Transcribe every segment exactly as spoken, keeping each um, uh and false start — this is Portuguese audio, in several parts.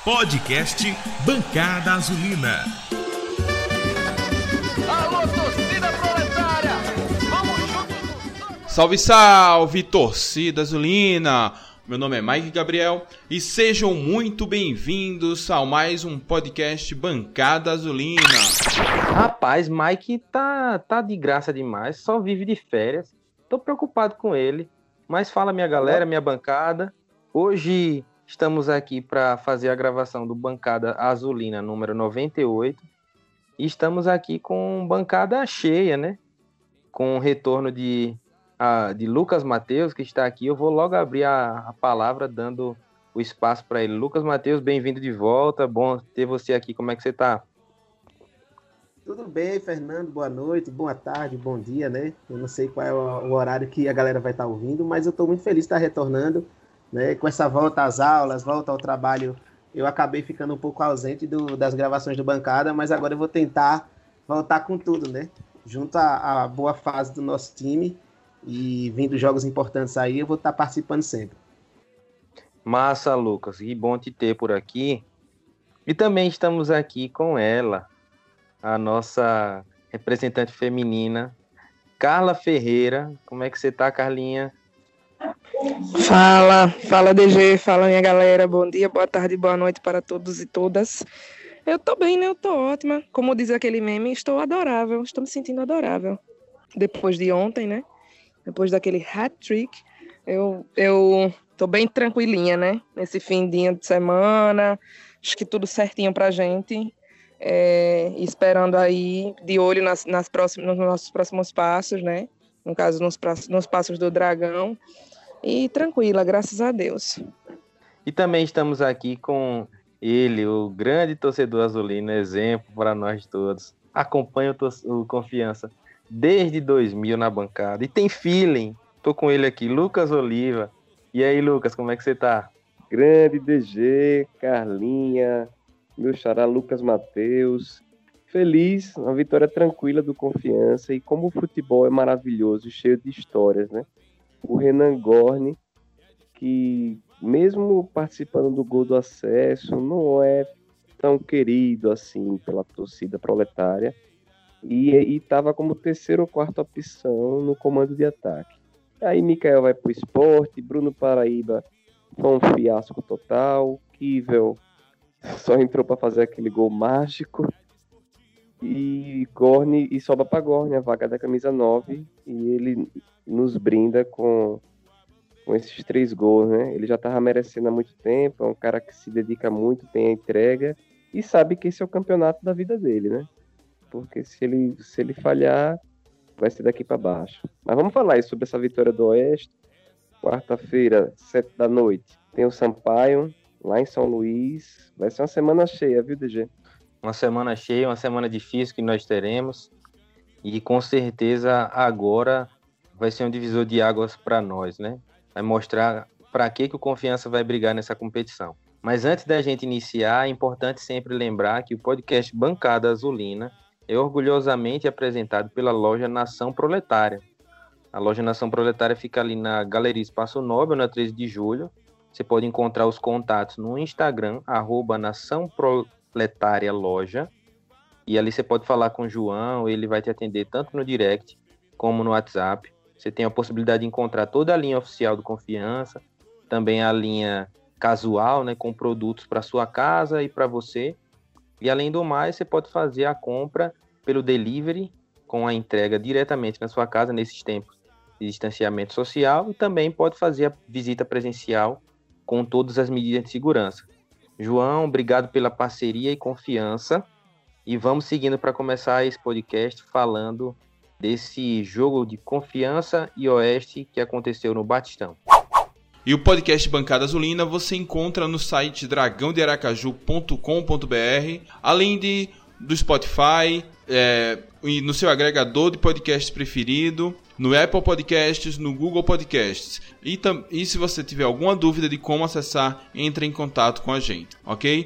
Podcast Bancada Azulina. Alô, torcida proletária! Vamos juntos! Salve, salve, torcida azulina! Meu nome é Mike Gabriel e sejam muito bem-vindos a mais um podcast Bancada Azulina. Rapaz, Mike tá, tá de graça demais, só vive de férias. Tô preocupado com ele, mas fala minha galera, minha bancada. Hoje estamos aqui para fazer a gravação do Bancada Azulina número noventa e oito. E estamos aqui com bancada cheia, né? Com o retorno de, a, de Lucas Matheus, que está aqui. Eu vou logo abrir a, a palavra, dando o espaço para ele. Lucas Matheus, bem-vindo de volta. Bom ter você aqui. Como é que você tá? Tudo bem, Fernando? Boa noite, boa tarde, bom dia, né? Eu não sei qual é o, o horário que a galera vai estar ouvindo, mas eu estou muito feliz de estar retornando, né? Com essa volta às aulas, volta ao trabalho. Eu acabei ficando um pouco ausente do, das gravações do Bancada, mas agora eu vou tentar voltar com tudo, né? Junto à, à boa fase do nosso time e vindo jogos importantes aí, eu vou estar participando sempre. Massa, Lucas. Que bom te ter por aqui. E também estamos aqui com ela, a nossa representante feminina, Carla Ferreira. Como é que você tá, Carlinha? Fala, fala D G, fala minha galera, bom dia, boa tarde, boa noite para todos e todas. Eu tô bem, né? Eu tô ótima. Como diz aquele meme, estou adorável, estou me sentindo adorável. Depois de ontem, né? Depois daquele hat-trick, eu, eu tô bem tranquilinha, né? Nesse findinho de semana, acho que tudo certinho pra gente. É, esperando aí, de olho nas, nas próximas, nos nossos próximos passos, né? No caso, nos, nos passos do Dragão. E tranquila, graças a Deus. E também estamos aqui com ele, o grande torcedor azulino, exemplo para nós todos. Acompanha o, tor- o Confiança desde dois mil na bancada. E tem feeling. Tô com ele aqui, Lucas Oliva. E aí, Lucas, como é que você tá? Grande D G, Carlinha, meu xará Lucas Matheus. Feliz, uma vitória tranquila do Confiança. E como o futebol é maravilhoso, cheio de histórias, né? O Renan Gorni, que mesmo participando do gol do acesso, não é tão querido assim pela torcida proletária, e estava como terceira ou quarta opção no comando de ataque. Aí Mikael vai para o Sport, Bruno Paraíba foi um fiasco total, Kivel só entrou para fazer aquele gol mágico, e Gorni, e sobra para Gorni a vaga da camisa nove, e ele nos brinda com, com esses três gols, né? Ele já estava merecendo há muito tempo, é um cara que se dedica muito, tem a entrega, e sabe que esse é o campeonato da vida dele, né? Porque se ele, se ele falhar, vai ser daqui para baixo. Mas vamos falar aí sobre essa vitória do Oeste. Quarta-feira, sete da noite, tem o Sampaio, lá em São Luís. Vai ser uma semana cheia, viu, D G? Uma semana cheia, uma semana difícil que nós teremos. E com certeza agora vai ser um divisor de águas para nós, né? Vai mostrar para que, que o Confiança vai brigar nessa competição. Mas antes da gente iniciar, é importante sempre lembrar que o podcast Bancada Azulina é orgulhosamente apresentado pela loja Nação Proletária. A loja Nação Proletária fica ali na Galeria Espaço Nobel, na treze de julho. Você pode encontrar os contatos no Instagram, arroba Nação Proletária Loja. E ali você pode falar com o João, ele vai te atender tanto no direct como no WhatsApp. Você tem a possibilidade de encontrar toda a linha oficial do Confiança, também a linha casual, né, com produtos para sua casa e para você. E além do mais, você pode fazer a compra pelo delivery, com a entrega diretamente na sua casa nesses tempos de distanciamento social, e também pode fazer a visita presencial com todas as medidas de segurança. João, obrigado pela parceria e confiança. E vamos seguindo para começar esse podcast falando desse jogo de Confiança e Oeste que aconteceu no Batistão. E o podcast Bancada Azulina você encontra no site dragão de aracaju ponto com ponto b r, além de, do Spotify, é, e no seu agregador de podcasts preferido, no Apple Podcasts, no Google Podcasts. E, tam, e se você tiver alguma dúvida de como acessar, entre em contato com a gente, ok?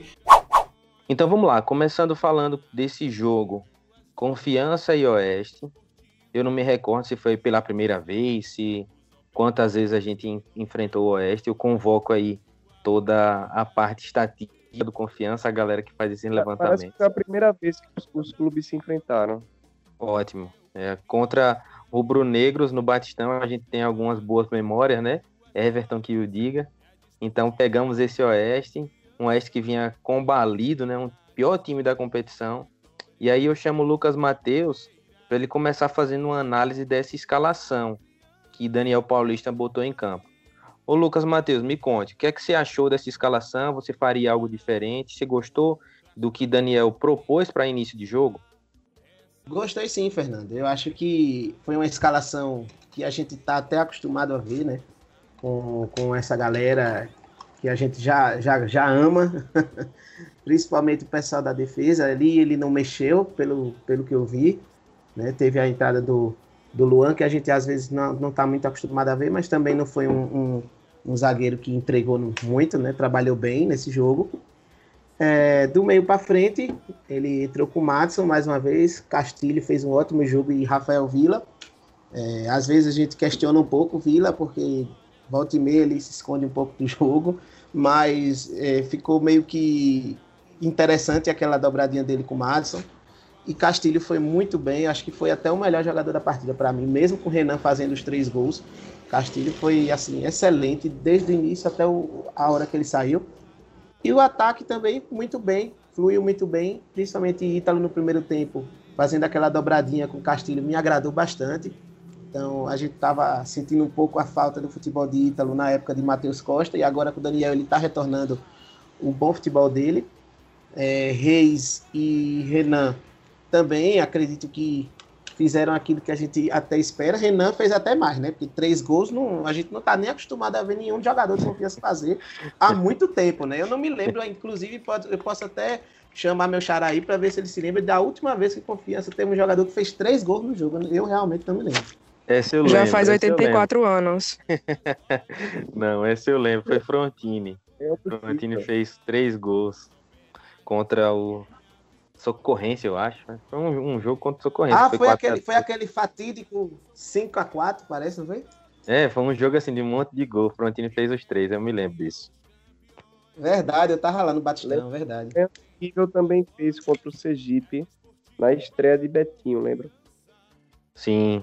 Então vamos lá, começando falando desse jogo, Confiança e Oeste. Eu não me recordo se foi pela primeira vez, se quantas vezes a gente enfrentou o Oeste. Eu convoco aí toda a parte estatística do Confiança, a galera que faz esse Parece levantamento. que foi a primeira vez que os, os clubes se enfrentaram. Ótimo. É, contra rubro-negros no Batistão, a gente tem algumas boas memórias, né? Everton que o diga. Então pegamos esse Oeste, um Oeste que vinha combalido, né? Um pior time da competição. E aí eu chamo o Lucas Matheus para ele começar fazendo uma análise dessa escalação que Daniel Paulista botou em campo. Ô Lucas Matheus, me conte, o que é que você achou dessa escalação? Você faria algo diferente? Você gostou do que Daniel propôs para início de jogo? Gostei sim, Fernando. Eu acho que foi uma escalação que a gente está até acostumado a ver, né? Com, com essa galera que a gente já, já, já ama, principalmente o pessoal da defesa. Ali ele não mexeu, pelo, pelo que eu vi, né? Teve a entrada do, do Luan, que a gente às vezes não está muito acostumado a ver, mas também não foi um, um, um zagueiro que entregou muito, né? Trabalhou bem nesse jogo. É, do meio para frente, ele entrou com o Madison mais uma vez, Castilho fez um ótimo jogo e Rafael Villa. É, às vezes a gente questiona um pouco o Villa, porque volta e meia ele se esconde um pouco do jogo, mas é, ficou meio que interessante aquela dobradinha dele com o Madison. E Castilho foi muito bem, acho que foi até o melhor jogador da partida para mim, mesmo com o Renan fazendo os três gols. Castilho foi assim excelente desde o início até o, a hora que ele saiu. E o ataque também muito bem, fluiu muito bem, principalmente Ítalo no primeiro tempo, fazendo aquela dobradinha com o Castilho, me agradou bastante. Então a gente estava sentindo um pouco a falta do futebol de Ítalo na época de Matheus Costa, e agora com o Daniel ele está retornando o bom futebol dele. É, Reis e Renan também, acredito que fizeram aquilo que a gente até espera. Renan fez até mais, né? Porque três gols, não, a gente não tá nem acostumado a ver nenhum jogador de Confiança fazer há muito tempo, né? Eu não me lembro, inclusive, pode, eu posso até chamar meu xará aí para ver se ele se lembra da última vez que Confiança teve um jogador que fez três gols no jogo. Eu realmente não me lembro. Esse eu Já lembro, faz esse oitenta e quatro anos. Não, esse eu lembro, foi Frontini. Frontini fez três gols contra o Socorrência, eu acho. Foi um, um jogo contra o Socorrência. Ah, foi, foi, aquele, foi aquele fatídico cinco a quatro, parece, não foi? É, foi um jogo assim de um monte de gol. O Frontini fez os três, eu me lembro disso. Verdade, eu tava lá no Batistão, verdade. O Eagle também fez contra o Sergipe na estreia de Betinho, lembra? Sim.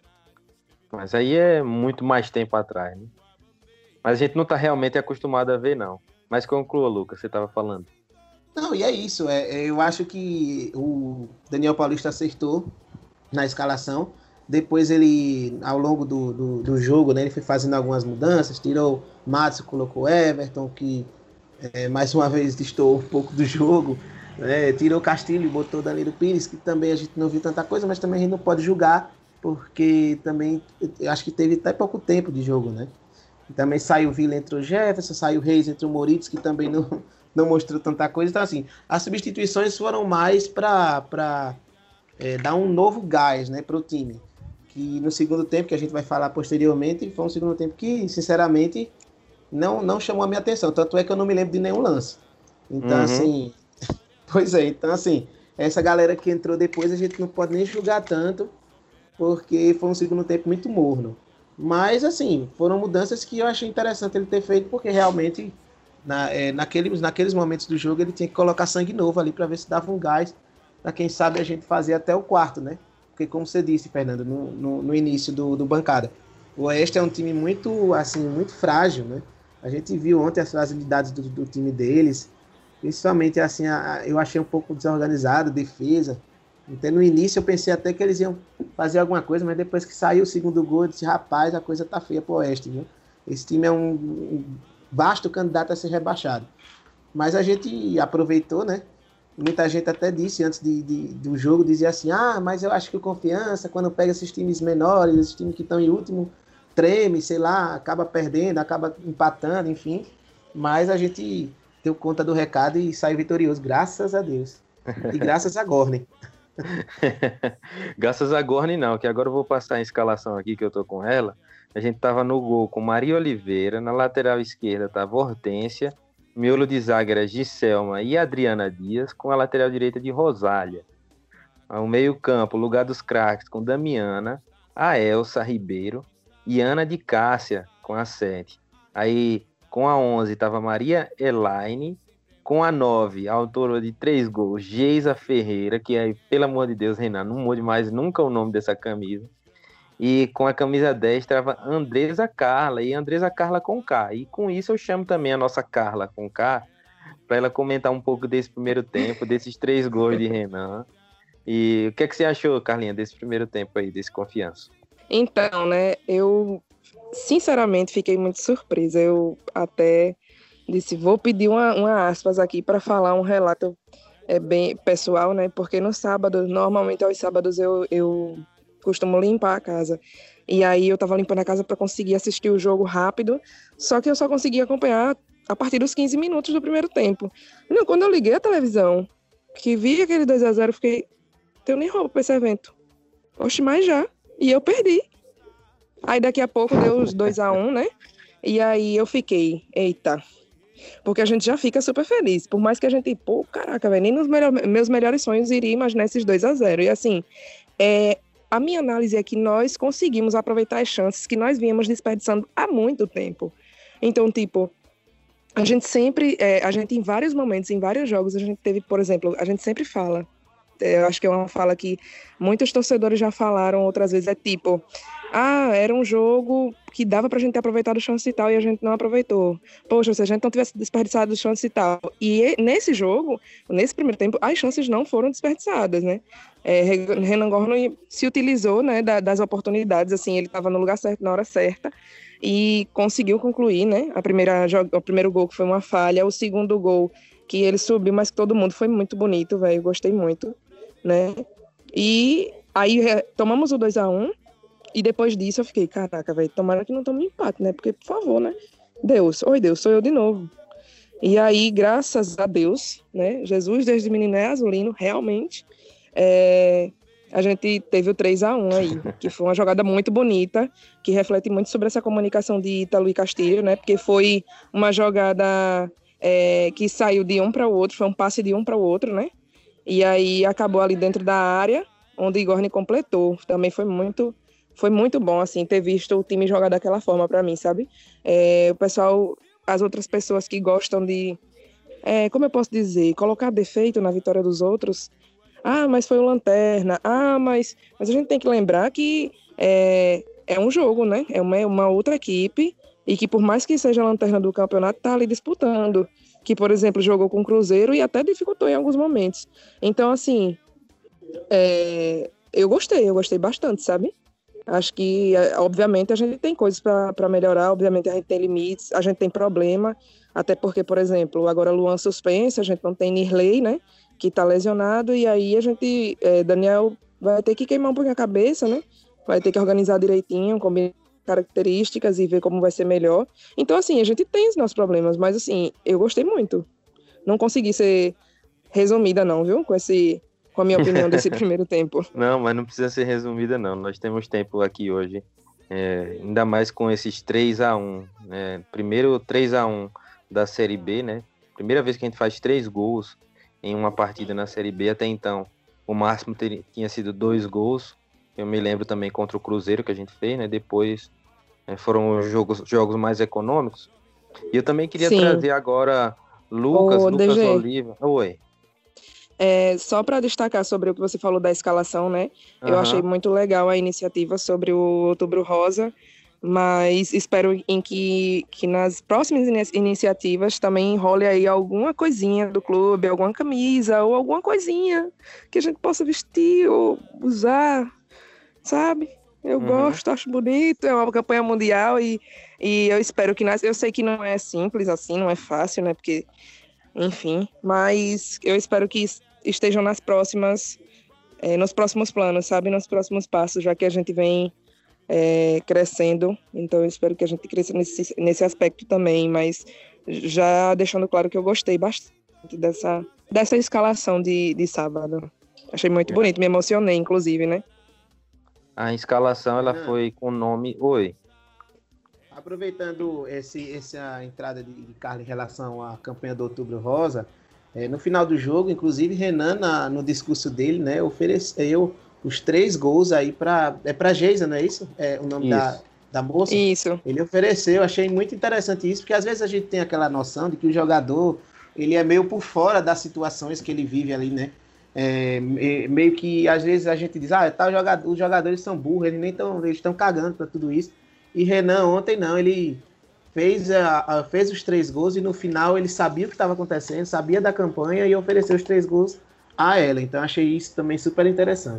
Mas aí é muito mais tempo atrás, né? Mas a gente não tá realmente acostumado a ver, não. Mas conclua, Lucas, você tava falando. Não, e é isso. É, é, eu acho que o Daniel Paulista acertou na escalação. Depois ele, ao longo do, do, do jogo, né, ele foi fazendo algumas mudanças, tirou Matos, colocou Everton, que é, mais uma vez destoou um pouco do jogo, né, tirou Castilho e botou Danilo Pires, que também a gente não viu tanta coisa, mas também a gente não pode julgar, porque também eu acho que teve até pouco tempo de jogo, né? E também saiu o Villa, entrou o Jefferson, saiu o Reis, entrou o Moritz, que também não... não mostrou tanta coisa. Então, assim, as substituições foram mais para é, dar um novo gás, né, para o time. Que no segundo tempo, que a gente vai falar posteriormente, foi um segundo tempo que, sinceramente, não, não chamou a minha atenção. Tanto é que eu não me lembro de nenhum lance. Então, uhum. assim... Pois é, então, assim, essa galera que entrou depois, a gente não pode nem julgar tanto, porque foi um segundo tempo muito morno. Mas, assim, foram mudanças que eu achei interessante ele ter feito, porque realmente... Na, é, naqueles, naqueles momentos do jogo ele tinha que colocar sangue novo ali para ver se dava um gás para quem sabe a gente fazer até o quarto, né? Porque como você disse, Fernando, no, no, no início do, do bancada, o Oeste é um time muito, assim, muito frágil, né? A gente viu ontem as fragilidades do, do time deles, principalmente assim, a, a, eu achei um pouco desorganizado, defesa. Então no início eu pensei até que eles iam fazer alguma coisa, mas depois que saiu o segundo gol, eu disse, rapaz, a coisa tá feia pro Oeste, viu? Esse time é um, um vasto candidato a ser rebaixado. Mas a gente aproveitou, né? Muita gente até disse antes de, de, do jogo, dizia assim, ah, mas eu acho que o Confiança, quando pega esses times menores, esses times que estão em último, treme, sei lá, acaba perdendo, acaba empatando, enfim. Mas a gente deu conta do recado e saiu vitorioso, graças a Deus. E graças a Gorne. Graças a Gorne não, que agora eu vou passar a escalação aqui que eu tô com ela. A gente tava no gol com Maria Oliveira, na lateral esquerda tava Hortência, miolo de zaga era Giselma e Adriana Dias, com a lateral direita de Rosália. Ao meio campo, lugar dos craques com Damiana, a Elsa Ribeiro e Ana de Cássia com a sete. Aí com a onze tava Maria Elaine, Com a nove, a autora de três gols, Geisa Ferreira, que aí, pelo amor de Deus, Renan, não mude mais nunca o nome dessa camisa. E com a camisa dez estava Andresa Carla, e Andresa Carla com K. E com isso eu chamo também a nossa Carla com K, para ela comentar um pouco desse primeiro tempo, desses três gols de Renan. E o que é que você achou, Carlinha, desse primeiro tempo aí, desse Confiança? Então, né, eu sinceramente fiquei muito surpresa. Eu até disse, vou pedir uma, uma aspas aqui para falar um relato é, bem pessoal, né, porque no sábado, normalmente aos sábados eu, eu costumo limpar a casa. E aí eu tava limpando a casa para conseguir assistir o jogo rápido, só que eu só consegui acompanhar a partir dos quinze minutos do primeiro tempo. Não, quando eu liguei a televisão, que vi aquele dois a zero, eu fiquei, tenho nem roupa pra esse evento. Oxe, mas já. E eu perdi. Aí daqui a pouco deu os dois a um, né? E aí eu fiquei, eita. Porque a gente já fica super feliz. Por mais que a gente, pô, caraca, velho, nem nos melhor, meus melhores sonhos iria imaginar esses dois a zero. E assim, é, a minha análise é que nós conseguimos aproveitar as chances que nós vínhamos desperdiçando há muito tempo. Então, tipo, a gente sempre, é, a gente em vários momentos, em vários jogos, a gente teve, por exemplo, a gente sempre fala, eu acho que é uma fala que muitos torcedores já falaram outras vezes, é tipo, ah, era um jogo que dava pra gente ter aproveitado chance e tal, e a gente não aproveitou. Poxa, se a gente não tivesse desperdiçado chance e tal. E nesse jogo, nesse primeiro tempo, as chances não foram desperdiçadas, né? É, Renan Gorno se utilizou, né, das oportunidades, assim, ele estava no lugar certo, na hora certa, e conseguiu concluir, né? A primeira, o primeiro gol que foi uma falha, o segundo gol que ele subiu, mas que todo mundo foi muito bonito, velho, gostei muito, né? E aí tomamos o dois a um, e depois disso eu fiquei, caraca, velho, tomara que não tome empate, né? Porque, por favor, né? Deus, oi Deus, sou eu de novo. E aí, graças a Deus, né? Jesus desde menino é azulino, realmente, é, a gente teve o três a um aí, que foi uma jogada muito bonita, que reflete muito sobre essa comunicação de Ítalo e Castilho, né? Porque foi uma jogada é, que saiu de um para o outro, foi um passe de um para o outro, né? E aí acabou ali dentro da área, onde Igorne completou. Também foi muito, foi muito bom, assim, ter visto o time jogar daquela forma para mim, sabe? É, o pessoal, as outras pessoas que gostam de, é, como eu posso dizer, colocar defeito na vitória dos outros. Ah, mas foi o Lanterna. Ah, mas, mas a gente tem que lembrar que é, é um jogo, né? É uma, uma outra equipe e que por mais que seja a Lanterna do campeonato, tá ali disputando. Que, por exemplo, jogou com o Cruzeiro e até dificultou em alguns momentos. Então, assim, é, eu gostei, eu gostei bastante, sabe? Acho que, obviamente, a gente tem coisas para melhorar, obviamente a gente tem limites, a gente tem problema, até porque, por exemplo, agora Luan suspenso, a gente não tem Nirley, né? Que tá lesionado, e aí a gente, é, Daniel vai ter que queimar um pouquinho a cabeça, né? Vai ter que organizar direitinho, combinar características e ver como vai ser melhor. Então, assim, a gente tem os nossos problemas, mas, assim, eu gostei muito. Não consegui ser resumida, não, viu? Com, esse, com a minha opinião desse primeiro tempo. Não, mas não precisa ser resumida, não. Nós temos tempo aqui hoje, é, ainda mais com esses três a um. Né? Primeiro três a um da Série B, né? Primeira vez que a gente faz três gols em uma partida na Série B. Até então, o máximo ter, tinha sido dois gols. Eu me lembro também contra o Cruzeiro que a gente fez, né? Depois né, foram os jogos, jogos mais econômicos. E eu também queria Sim. trazer agora Lucas, Ô, Lucas D G. Oliva. Oi. É, só para destacar sobre o que você falou da escalação, né? Uhum. Eu achei muito legal a iniciativa sobre o Outubro Rosa, mas espero em que, que nas próximas iniciativas também enrole aí alguma coisinha do clube, alguma camisa ou alguma coisinha que a gente possa vestir ou usar, sabe? Eu uhum. gosto, acho bonito, é uma campanha mundial e, e eu espero que nas... Eu sei que não é simples assim, não é fácil, né? Porque, enfim, mas eu espero que estejam nas próximas, é, nos próximos planos, sabe? Nos próximos passos, já que a gente vem É, crescendo, então eu espero que a gente cresça nesse, nesse aspecto também, mas já deixando claro que eu gostei bastante dessa, dessa escalação de, de sábado. Achei muito bonito, me emocionei, inclusive, né? A escalação, ela ah. foi com o nome... Oi. Aproveitando esse, essa entrada de, de Carlos em relação à campanha do Outubro Rosa, é, no final do jogo, inclusive, Renan, na, no discurso dele, né, ofereceu os três gols aí para é para Geisa, não é isso? É o nome da, da moça? Isso. Ele ofereceu, achei muito interessante isso, porque às vezes a gente tem aquela noção de que o jogador ele é meio por fora das situações que ele vive ali, né? É, meio que às vezes a gente diz, ah, tá, jogador, os jogadores são burros, eles nem estão, eles estão cagando para tudo isso. E Renan ontem não, ele fez, a, a, fez os três gols e no final ele sabia o que estava acontecendo, sabia da campanha e ofereceu os três gols a ela. Então achei isso também super interessante.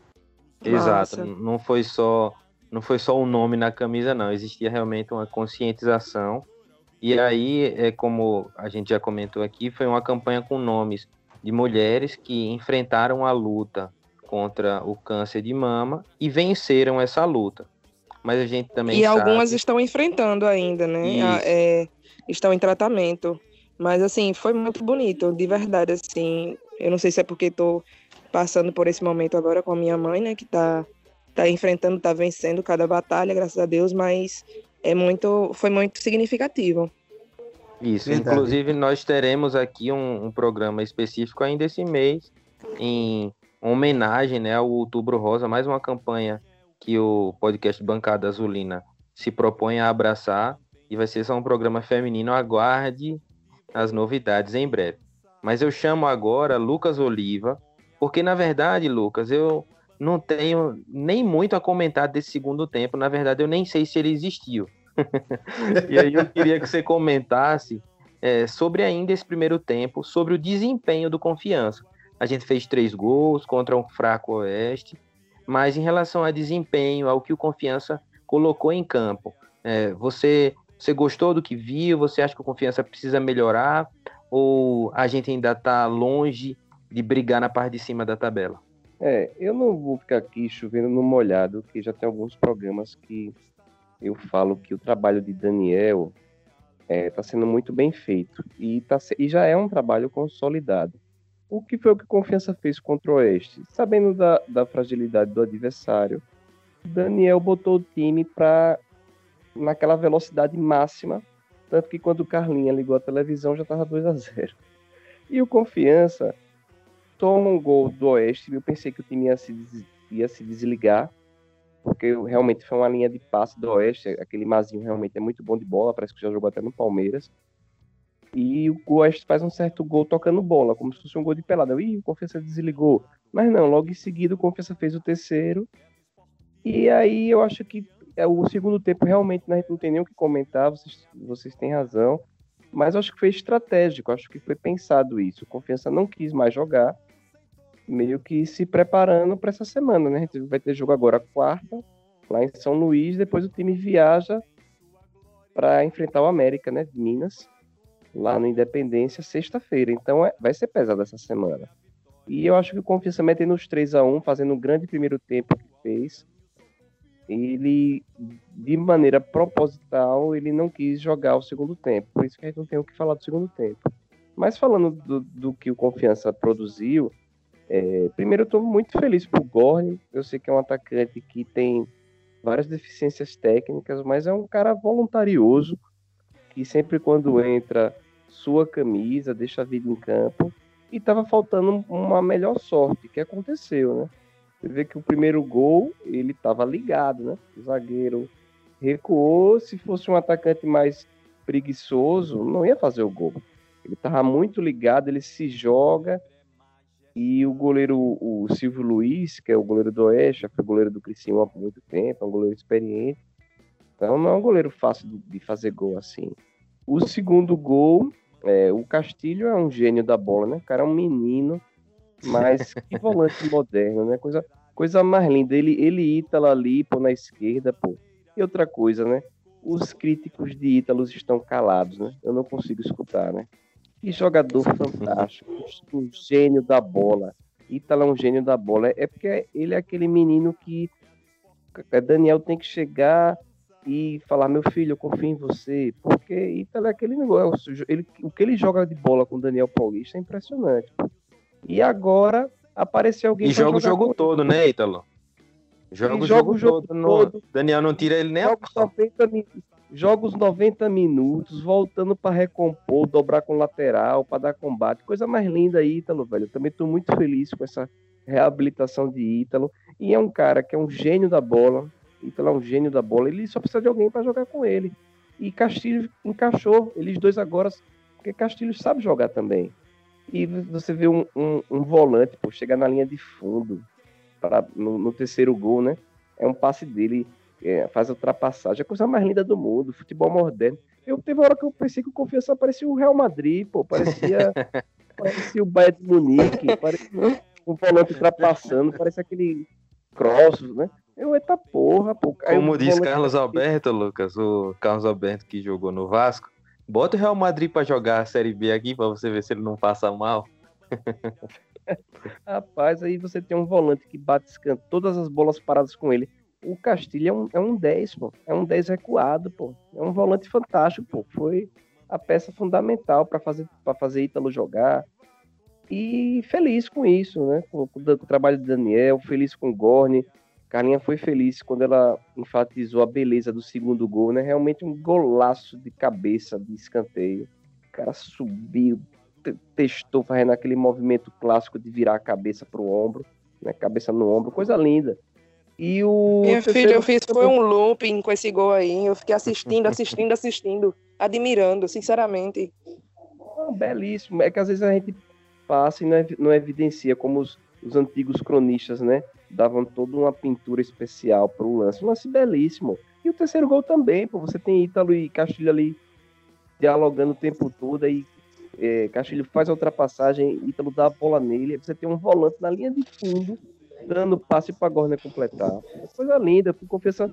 Exato, não foi só não foi só um nome na camisa, não, existia realmente uma conscientização. E aí, é como a gente já comentou aqui, foi uma campanha com nomes de mulheres que enfrentaram a luta contra o câncer de mama e venceram essa luta. Mas a gente também E sabe... algumas estão enfrentando ainda, né? É, estão em tratamento. Mas, assim, foi muito bonito, de verdade, assim. Eu não sei se é porque estou passando por esse momento agora com a minha mãe, né? Que está tá enfrentando, está vencendo cada batalha, graças a Deus, mas é muito, foi muito significativo. Isso, Verdade. Inclusive nós teremos aqui um, um programa específico ainda esse mês, em homenagem, né, ao Outubro Rosa, mais uma campanha que o podcast Bancada Azulina se propõe a abraçar, e vai ser só um programa feminino, aguarde as novidades em breve. Mas eu chamo agora Lucas Oliva, porque na verdade, Lucas, eu não tenho nem muito a comentar desse segundo tempo, na verdade eu nem sei se ele existiu. E aí eu queria que você comentasse é, sobre ainda esse primeiro tempo, sobre o desempenho do Confiança. A gente fez três gols contra um fraco Oeste, mas em relação a desempenho, ao que o Confiança colocou em campo, é, você, você gostou do que viu? Você acha que o Confiança precisa melhorar? Ou a gente ainda está longe de brigar na parte de cima da tabela? É, eu não vou ficar aqui chovendo no molhado, que já tem alguns programas que eu falo que o trabalho de Daniel está é, sendo muito bem feito e, tá, e já é um trabalho consolidado. O que foi o que Confiança fez contra o Oeste? Sabendo da, da fragilidade do adversário, Daniel botou o time para naquela velocidade máxima, tanto que quando o Carlinha ligou a televisão já estava dois a zero. E o Confiança toma um gol do Oeste, eu pensei que o time ia se, des, ia se desligar, porque realmente foi uma linha de passe do Oeste, aquele Mazinho realmente é muito bom de bola, parece que já jogou até no Palmeiras, e o Oeste faz um certo gol tocando bola, como se fosse um gol de pelada. Ih, o Confiança desligou. Mas não, logo em seguida o Confiança fez o terceiro, e aí eu acho que é, o segundo tempo realmente a gente não tem nem o que comentar, vocês, vocês têm razão, mas eu acho que foi estratégico, acho que foi pensado isso. O Confiança não quis mais jogar, meio que se preparando para essa semana, né? A gente vai ter jogo agora quarta, lá em São Luís, depois o time viaja para enfrentar o América, né, de Minas, lá no Independência, sexta-feira. Então é, vai ser pesado essa semana. E eu acho que o Confiança metendo os três a um, fazendo um grande primeiro tempo que fez, ele, de maneira proposital, ele não quis jogar o segundo tempo. Por isso que a gente não tem o que falar do segundo tempo. Mas falando do, do que o Confiança produziu, É, primeiro, eu estou muito feliz por Gorni. Eu sei que é um atacante que tem várias deficiências técnicas, mas é um cara voluntarioso, que sempre quando entra, sua camisa, deixa a vida em campo. E estava faltando uma melhor sorte, que aconteceu, né? Você vê que o primeiro gol, ele estava ligado, né? O zagueiro recuou. Se fosse um atacante mais preguiçoso, não ia fazer o gol. Ele estava muito ligado, ele se joga. E o goleiro, o Silvio Luiz, que é o goleiro do Oeste, já foi goleiro do Criciúma há muito tempo, é um goleiro experiente. Então não é um goleiro fácil de fazer gol assim. O segundo gol, é, o Castilho é um gênio da bola, né? O cara é um menino, mas que volante moderno, né? Coisa, coisa mais linda. Ele, ele Ítalo ali, pô, na esquerda, pô. E outra coisa, né? Os críticos de Ítalos estão calados, né? Eu não consigo escutar, né? Que jogador fantástico, um gênio da bola. Ítalo é um gênio da bola. É porque ele é aquele menino que Daniel tem que chegar e falar, meu filho, eu confio em você. Porque Ítalo é aquele negócio. Ele, o que ele joga de bola com o Daniel Paulista é impressionante. E agora apareceu alguém... E joga o jogo todo, né, Ítalo? Joga o jogo, jogo todo. todo. No... Daniel não tira ele nem a pau. Joga os noventa minutos, voltando para recompor, dobrar com lateral, para dar combate. Coisa mais linda aí, Ítalo, velho. Eu também estou muito feliz com essa reabilitação de Ítalo. E é um cara que é um gênio da bola. Ítalo é um gênio da bola. Ele só precisa de alguém para jogar com ele. E Castilho encaixou. Eles dois agora Porque Castilho sabe jogar também. E você vê um, um, um volante, pô, chegar na linha de fundo pra, no, no terceiro gol, né? É um passe dele, é, faz a ultrapassagem. É a coisa mais linda do mundo, futebol moderno. Eu teve uma hora que eu pensei que o Confiança parecia o Real Madrid, pô, parecia, parecia o Bayern de Munique, parecia um volante ultrapassando, parecia aquele cross, né? Eu, eita porra, pô. Como diz Carlos Alberto, Lucas, o Carlos Alberto que jogou no Vasco, bota o Real Madrid pra jogar a Série B aqui pra você ver se ele não passa mal. Rapaz, aí você tem um volante que bate escanto, todas as bolas paradas com ele. O Castilho é um, é um dez, pô. É um dez recuado, pô. É um volante fantástico, pô. Foi a peça fundamental para fazer, pra fazer Ítalo jogar. E feliz com isso, né? Com, com o trabalho de Daniel, feliz com o Gorni. Carlinha foi feliz quando ela enfatizou a beleza do segundo gol, né? Realmente um golaço de cabeça, de escanteio. O cara subiu, t- testou fazendo aquele movimento clássico de virar a cabeça pro ombro, né? Cabeça no ombro, coisa linda. E o Minha terceiro... filha, eu fiz foi um looping com esse gol aí. Eu fiquei assistindo, assistindo, assistindo, admirando, sinceramente. Ah, belíssimo. É que às vezes a gente passa e não, ev- não evidencia como os, os antigos cronistas, né? Davam toda uma pintura especial para o lance. Um lance belíssimo. E o terceiro gol também, pô. Você tem Ítalo e Castilho ali dialogando o tempo todo. Aí é, Castilho faz a ultrapassagem, Ítalo dá a bola nele. Aí você tem um volante na linha de fundo, dando passe para Gorner completar. Coisa linda. O Confiança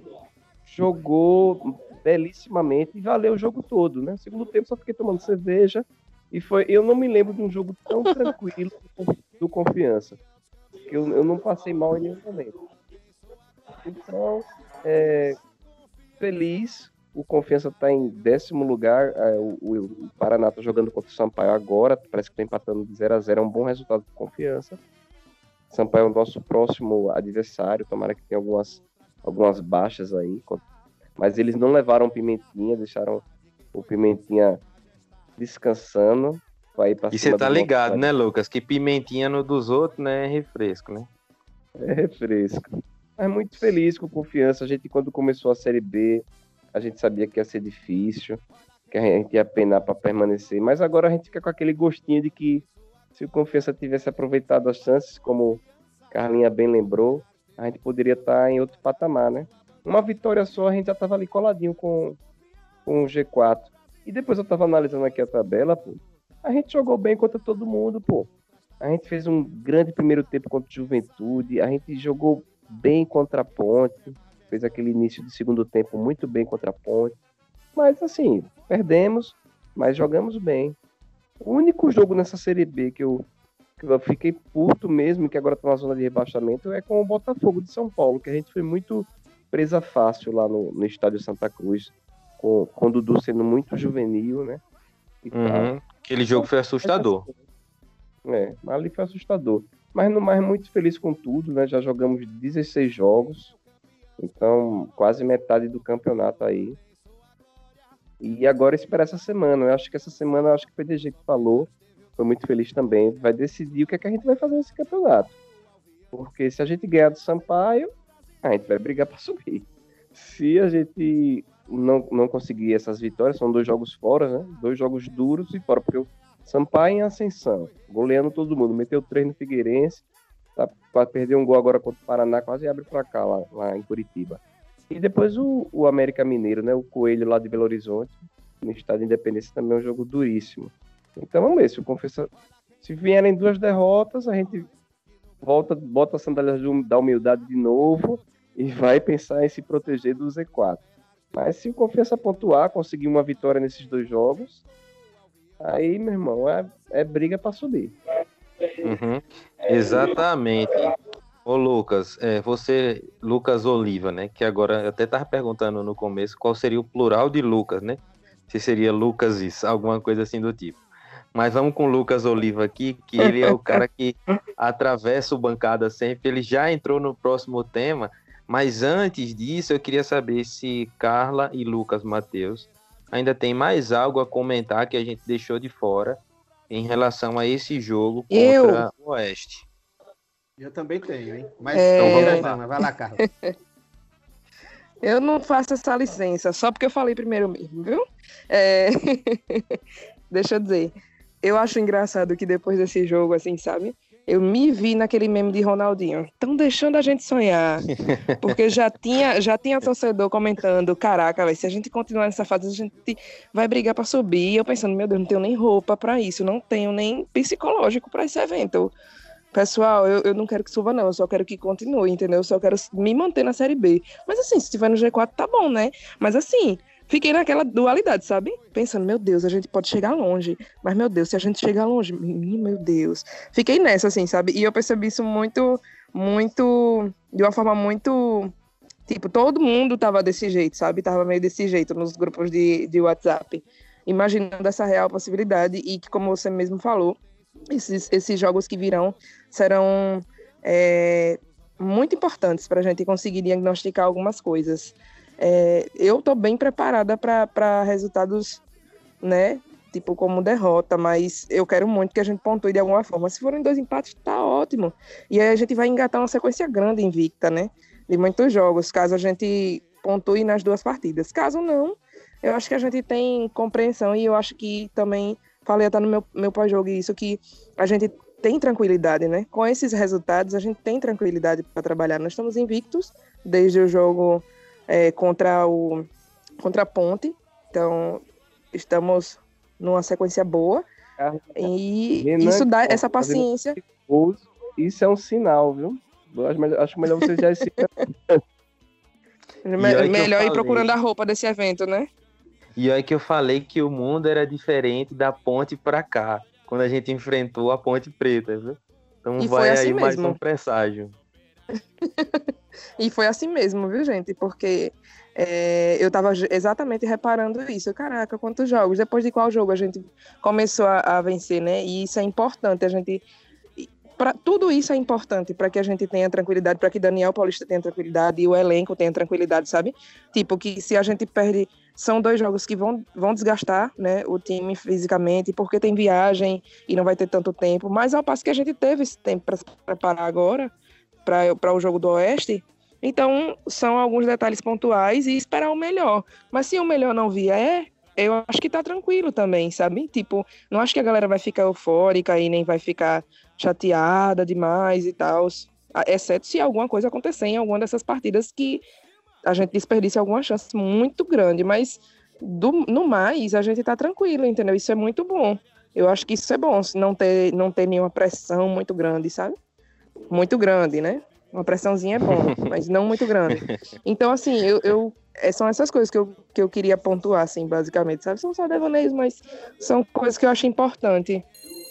jogou belíssimamente e valeu o jogo todo, né? Segundo tempo só fiquei tomando cerveja. E foi, eu não me lembro de um jogo tão tranquilo do Confiança. Que eu, eu não passei mal em nenhum momento. Então, é, feliz. O Confiança está em décimo lugar. É, o, o Paraná está jogando contra o Sampaio agora. Parece que está empatando de zero a zero. É um bom resultado do Confiança. Sampaio é o nosso próximo adversário. Tomara que tenha algumas, algumas baixas aí. Mas eles não levaram Pimentinha. Deixaram o Pimentinha descansando. E você tá ligado, né, Lucas? Que pimentinha no dos outros, né, é refresco, né? É refresco. Mas muito feliz com Confiança. A gente, quando começou a Série B, a gente sabia que ia ser difícil, que a gente ia penar para permanecer. Mas agora a gente fica com aquele gostinho de que se o Confiança tivesse aproveitado as chances, como Carlinha bem lembrou, a gente poderia estar em outro patamar, né? Uma vitória só, a gente já estava ali coladinho com, com o G quatro. E depois eu estava analisando aqui a tabela, pô. A gente jogou bem contra todo mundo, pô. A gente fez um grande primeiro tempo contra o Juventude. A gente jogou bem contra a Ponte. Fez aquele início de segundo tempo muito bem contra a Ponte. Mas, assim, perdemos, mas jogamos bem. O único jogo nessa Série B que eu, que eu fiquei puto mesmo, que agora tá na zona de rebaixamento, é com o Botafogo de São Paulo, que a gente foi muito presa fácil lá no, no estádio Santa Cruz, com, com o Dudu sendo muito juvenil, né? E uhum. Aquele jogo foi assustador. É, ali foi assustador. Mas no mais, muito feliz com tudo, né? Já jogamos dezesseis jogos. Então, quase metade do campeonato aí. E agora esperar essa semana. Eu acho que essa semana, acho que o P D G que falou, foi muito feliz também, vai decidir o que é que a gente vai fazer nesse campeonato. Porque se a gente ganhar do Sampaio, a gente vai brigar para subir. Se a gente não, não conseguir essas vitórias, são dois jogos fora, né? Dois jogos duros e fora, porque o Sampaio em ascensão, goleando todo mundo, meteu três no Figueirense, tá, para perder um gol agora contra o Paraná, quase abre para cá, lá, lá em Curitiba. E depois o, o América Mineiro, né? O Coelho lá de Belo Horizonte, no Estádio de Independência, também é um jogo duríssimo. Então vamos ver, se eu confesso, se vierem duas derrotas, a gente volta, bota as sandálias da humildade de novo e vai pensar em se proteger do Z quatro. Mas se o Confiança pontuar, conseguir uma vitória nesses dois jogos, aí, meu irmão, é, é briga para subir. Uhum. Exatamente. Ô Lucas, é, você, Lucas Oliva, né? Que agora eu até estava perguntando no começo qual seria o plural de Lucas, né? Se seria Lucases, alguma coisa assim do tipo. Mas vamos com o Lucas Oliva aqui, que ele é o cara que atravessa o bancada sempre. Ele já entrou no próximo tema, mas antes disso eu queria saber se Carla e Lucas Mateus ainda tem mais algo a comentar que a gente deixou de fora em relação a esse jogo contra eu... o Oeste. Eu também tenho, hein? Mas é... então vamos lá, vai lá, Carla. Eu não faço essa licença, só porque eu falei primeiro mesmo, viu? É... deixa eu dizer. Eu acho engraçado que depois desse jogo, assim, sabe? Eu me vi naquele meme de Ronaldinho. Estão deixando a gente sonhar. Porque já tinha, já tinha torcedor comentando, caraca, véio, se a gente continuar nessa fase, a gente vai brigar pra subir. E eu pensando, meu Deus, não tenho nem roupa pra isso, não tenho nem psicológico pra esse evento. Pessoal, eu, eu não quero que suba, não. Eu só quero que continue, entendeu? Eu só quero me manter na Série B. Mas assim, se estiver no G quatro, tá bom, né? Mas assim, fiquei naquela dualidade, sabe? Pensando, meu Deus, a gente pode chegar longe. Mas, meu Deus, se a gente chegar longe, meu Deus. Fiquei nessa, assim, sabe? E eu percebi isso muito, muito, de uma forma muito... Tipo, todo mundo tava desse jeito, sabe? Tava meio desse jeito nos grupos de, de WhatsApp. Imaginando essa real possibilidade e que, como você mesmo falou, esses, esses jogos que virão serão é, muito importantes para a gente conseguir diagnosticar algumas coisas. É, eu tô bem preparada para resultados, né, tipo como derrota, mas eu quero muito que a gente pontue de alguma forma. Se forem dois empates, tá ótimo. E aí a gente vai engatar uma sequência grande invicta, né, de muitos jogos, caso a gente pontue nas duas partidas. Caso não, eu acho que a gente tem compreensão e eu acho que também, falei até no meu, meu pós-jogo isso, que a gente tem tranquilidade, né? Com esses resultados, a gente tem tranquilidade para trabalhar. Nós estamos invictos desde o jogo é, contra, o, contra a Ponte, então estamos numa sequência boa e Renan, isso dá essa paciência. Isso é um sinal, viu? Eu acho melhor você já se... Me, melhor ir procurando a roupa desse evento, né? E olha que eu falei que o mundo era diferente da Ponte pra cá, quando a gente enfrentou a Ponte Preta, viu? Então e vai assim aí mesmo. Mais um presságio. E foi assim mesmo, viu, gente? Porque é, eu tava exatamente reparando isso. Caraca, quantos jogos? Depois de qual jogo a gente começou a, a vencer, né? E isso é importante, a gente... Pra, tudo isso é importante para que a gente tenha tranquilidade, para que Daniel Paulista tenha tranquilidade e o elenco tenha tranquilidade, sabe? Tipo, que se a gente perde, são dois jogos que vão, vão desgastar, né, o time fisicamente, porque tem viagem e não vai ter tanto tempo, mas ao passo que a gente teve esse tempo para se preparar agora, para o jogo do Oeste, então são alguns detalhes pontuais e esperar o melhor. Mas se o melhor não vier, eu acho que tá tranquilo também, sabe? Tipo, não acho que a galera vai ficar eufórica e nem vai ficar chateada demais e tal, exceto se alguma coisa acontecer em alguma dessas partidas que a gente desperdice alguma chance muito grande, mas do, no mais a gente tá tranquilo, entendeu? Isso é muito bom. Eu acho que isso é bom, não ter, não ter nenhuma pressão muito grande, sabe? Muito grande, né? Uma pressãozinha é bom, mas não muito grande. Então, assim, eu, eu, são essas coisas que eu, que eu queria pontuar, assim, basicamente, sabe? São só devaneios, mas são coisas que eu acho importante.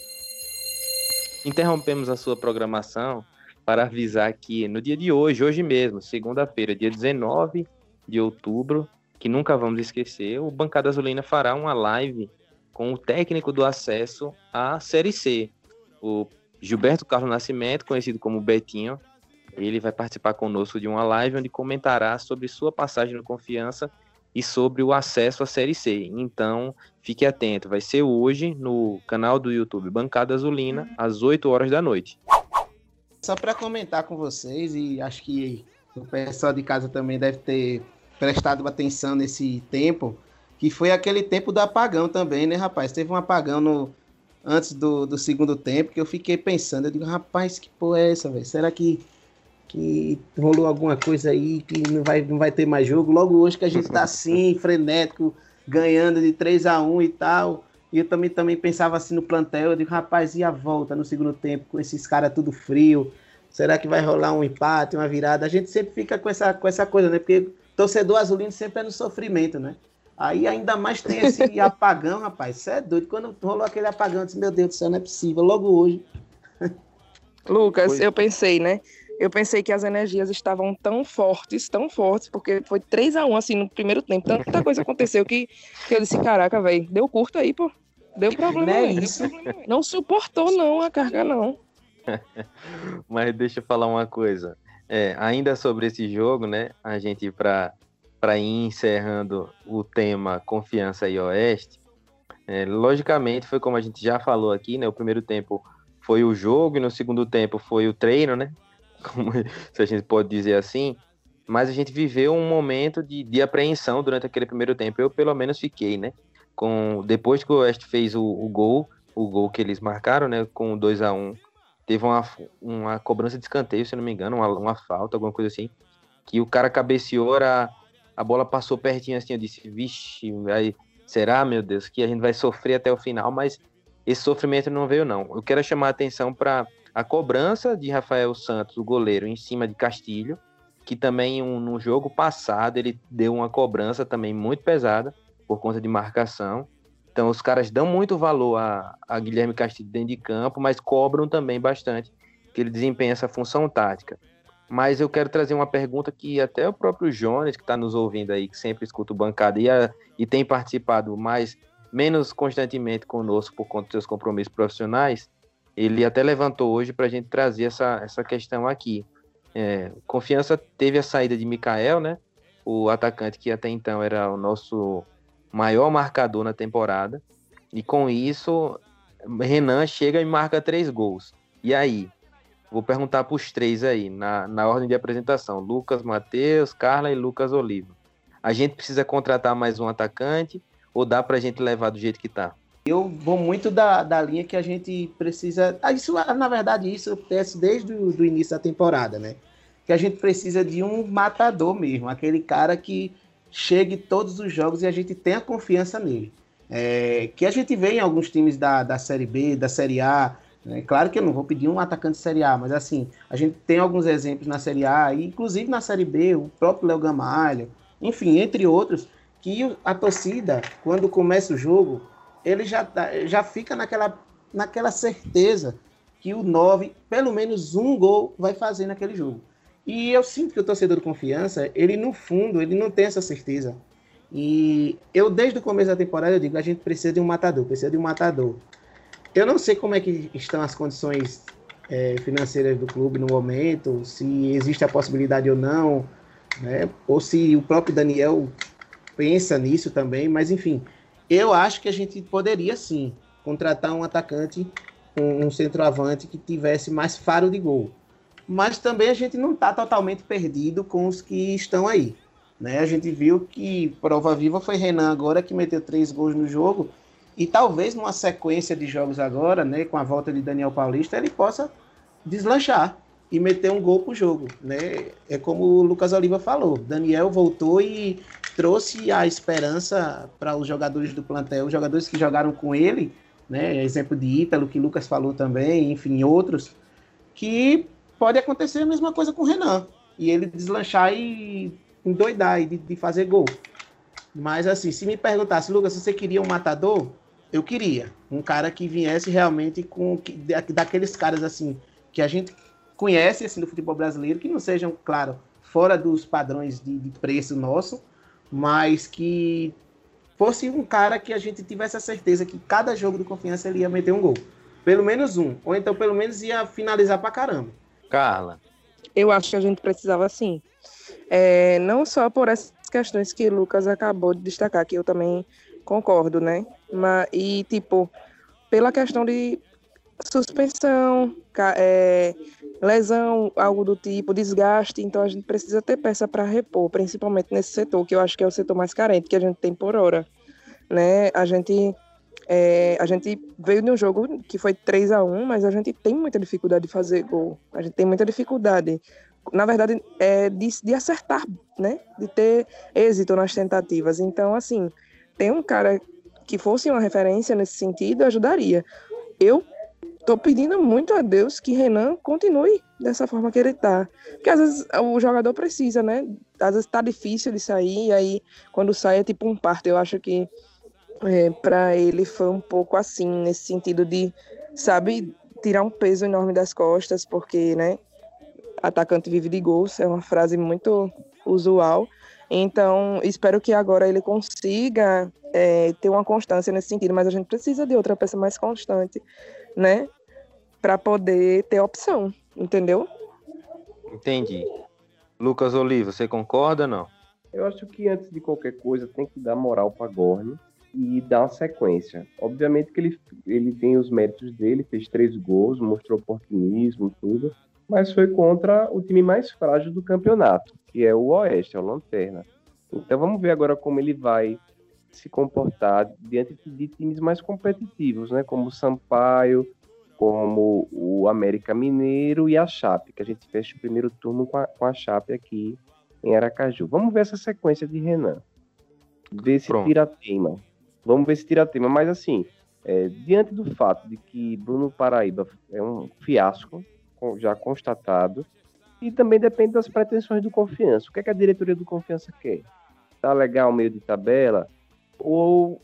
Interrompemos a sua programação para avisar que no dia de hoje, hoje mesmo, segunda-feira, dia dezenove de outubro, que nunca vamos esquecer, o Bancada Azulina fará uma live com o técnico do acesso à Série C, o Gilberto Carlos Nascimento, conhecido como Betinho. Ele vai participar conosco de uma live onde comentará sobre sua passagem no Confiança e sobre o acesso à Série C. Então, fique atento. Vai ser hoje no canal do YouTube Bancada Azulina, às oito horas da noite. Só para comentar com vocês, e acho que o pessoal de casa também deve ter prestado atenção nesse tempo, que foi aquele tempo do apagão também, né, rapaz? Teve um apagão no, antes do, do segundo tempo, que eu fiquei pensando, eu digo, rapaz, que porra é essa, velho? Será que que rolou alguma coisa aí, que não vai, não vai ter mais jogo, logo hoje que a gente tá assim, frenético, ganhando de três a um e tal, e eu também, também pensava assim no plantel, eu digo, rapaz, e a volta no segundo tempo, com esses caras tudo frio, será que vai rolar um empate, uma virada? A gente sempre fica com essa, com essa coisa, né, porque torcedor azulino sempre é no sofrimento, né, aí ainda mais tem esse apagão, rapaz, isso é doido, quando rolou aquele apagão, eu disse, meu Deus do céu, não é possível, logo hoje. Lucas, foi... eu pensei, né, Eu pensei que as energias estavam tão fortes, tão fortes, porque foi três a um, assim, no primeiro tempo. Tanta coisa aconteceu que, que eu disse, caraca, velho, deu curto aí, pô. Deu problema, não é véio. isso. Não suportou, não, a carga, não. Mas deixa eu falar uma coisa. É, ainda sobre esse jogo, né, a gente, para para ir encerrando o tema Confiança e Oeste, é, logicamente, foi como a gente já falou aqui, né, o primeiro tempo foi o jogo e no segundo tempo foi o treino, né? Como, se a gente pode dizer assim, mas a gente viveu um momento de, de apreensão durante aquele primeiro tempo, eu pelo menos fiquei, né? com, depois que o Oeste fez o, o gol, o gol que eles marcaram, né, com dois a um, teve uma, uma cobrança de escanteio, se não me engano, uma, uma falta, alguma coisa assim, que o cara cabeceou, a, a bola passou pertinho assim, eu disse, vixe, aí, será, meu Deus, que a gente vai sofrer até o final, mas esse sofrimento não veio, não. Eu quero chamar a atenção para a cobrança de Rafael Santos, o goleiro, em cima de Castilho, que também um, no jogo passado ele deu uma cobrança também muito pesada, por conta de marcação. Então os caras dão muito valor a, a Guilherme Castilho dentro de campo, mas cobram também bastante que ele desempenha essa função tática. Mas eu quero trazer uma pergunta que até o próprio Jones, que está nos ouvindo aí, que sempre escuta o Bancada e, a, e tem participado mais, menos constantemente conosco por conta dos seus compromissos profissionais, ele até levantou hoje para a gente trazer essa, essa questão aqui. É, Confiança teve a saída de Mikael, né? O atacante que até então era o nosso maior marcador na temporada, e com isso Renan chega e marca três gols. E aí? Vou perguntar para os três aí, na, na ordem de apresentação, Lucas Matheus, Carla e Lucas Oliva. A gente precisa contratar mais um atacante ou dá para a gente levar do jeito que está? Eu vou muito da, da linha que a gente precisa... Isso, na verdade, isso acontece desde o do início da temporada, né? Que a gente precisa de um matador mesmo, aquele cara que chegue todos os jogos e a gente tenha confiança nele. É, que a gente vê em alguns times da, da Série B, da Série A, né? Claro que eu não vou pedir um atacante de Série A, mas assim, a gente tem alguns exemplos na Série A, e inclusive na Série B, o próprio Léo Gamalho, enfim, entre outros, que a torcida, quando começa o jogo, ele já, já fica naquela, naquela certeza que o nove, pelo menos um gol, vai fazer naquele jogo. E eu sinto que o torcedor de Confiança, ele no fundo, ele não tem essa certeza. E eu, desde o começo da temporada, eu digo, a gente precisa de um matador, precisa de um matador. Eu não sei como é que estão as condições é, financeiras do clube no momento, se existe a possibilidade ou não, né? Ou se o próprio Daniel pensa nisso também, mas enfim, eu acho que a gente poderia sim contratar um atacante, um, um centroavante que tivesse mais faro de gol. Mas também a gente não está totalmente perdido com os que estão aí, né? A gente viu que prova viva foi Renan agora, que meteu três gols no jogo, e talvez numa sequência de jogos agora, né, com a volta de Daniel Paulista, ele possa deslanchar e meter um gol pro jogo, né? É como o Lucas Oliva falou, Daniel voltou e trouxe a esperança para os jogadores do plantel, os jogadores que jogaram com ele, né? Exemplo de Ítalo, que o Lucas falou também, enfim, outros, que pode acontecer a mesma coisa com o Renan, e ele deslanchar e endoidar e de, de fazer gol. Mas assim, se me perguntasse, Lucas, se você queria um matador, eu queria. Um cara que viesse realmente com que, daqueles caras assim, que a gente conhece assim, do futebol brasileiro, que não sejam, claro, fora dos padrões de, de preço nosso, mas que fosse um cara que a gente tivesse a certeza que cada jogo de Confiança ele ia meter um gol. Pelo menos um. Ou então pelo menos ia finalizar pra caramba. Carla. Eu acho que a gente precisava sim. É, não só por essas questões que o Lucas acabou de destacar, que eu também concordo, né? Mas, e, tipo, pela questão de suspensão, é, lesão, algo do tipo, desgaste, então a gente precisa ter peça para repor, principalmente nesse setor, que eu acho que é o setor mais carente que a gente tem por hora, né? A gente, é, a gente veio de um jogo que foi três a um, mas a gente tem muita dificuldade de fazer gol, a gente tem muita dificuldade, na verdade, é de, de acertar, né? De ter êxito nas tentativas. Então, assim, tem um cara que fosse uma referência nesse sentido, ajudaria. Eu tô pedindo muito a Deus que Renan continue dessa forma que ele tá. Porque às vezes o jogador precisa, né? Às vezes tá difícil de sair, e aí quando sai é tipo um parto. Eu acho que é, para ele foi um pouco assim, nesse sentido de, sabe, tirar um peso enorme das costas, porque, né? Atacante vive de gols, é uma frase muito usual. Então, espero que agora ele consiga é, ter uma constância nesse sentido, mas a gente precisa de outra peça mais constante, né? Para poder ter opção, entendeu? Entendi. Lucas Oliva, você concorda ou não? Eu acho que antes de qualquer coisa tem que dar moral para Gorni e dar uma sequência. Obviamente que ele, ele tem os méritos dele, fez três gols, mostrou oportunismo e tudo, mas foi contra o time mais frágil do campeonato, que é o Oeste, é o Lanterna. Então vamos ver agora como ele vai se comportar diante de times mais competitivos, né? Como o Sampaio, como o América Mineiro e a Chape, que a gente fecha o primeiro turno com a, com a Chape aqui em Aracaju. Vamos ver essa sequência de Renan. Ver se tira tema. Vamos ver se tira tema. Mas assim, é, diante do fato de que Bruno Paraíba é um fiasco, já constatado, e também depende das pretensões do Confiança. O que é que a diretoria do Confiança quer? Tá legal o meio de tabela? Ou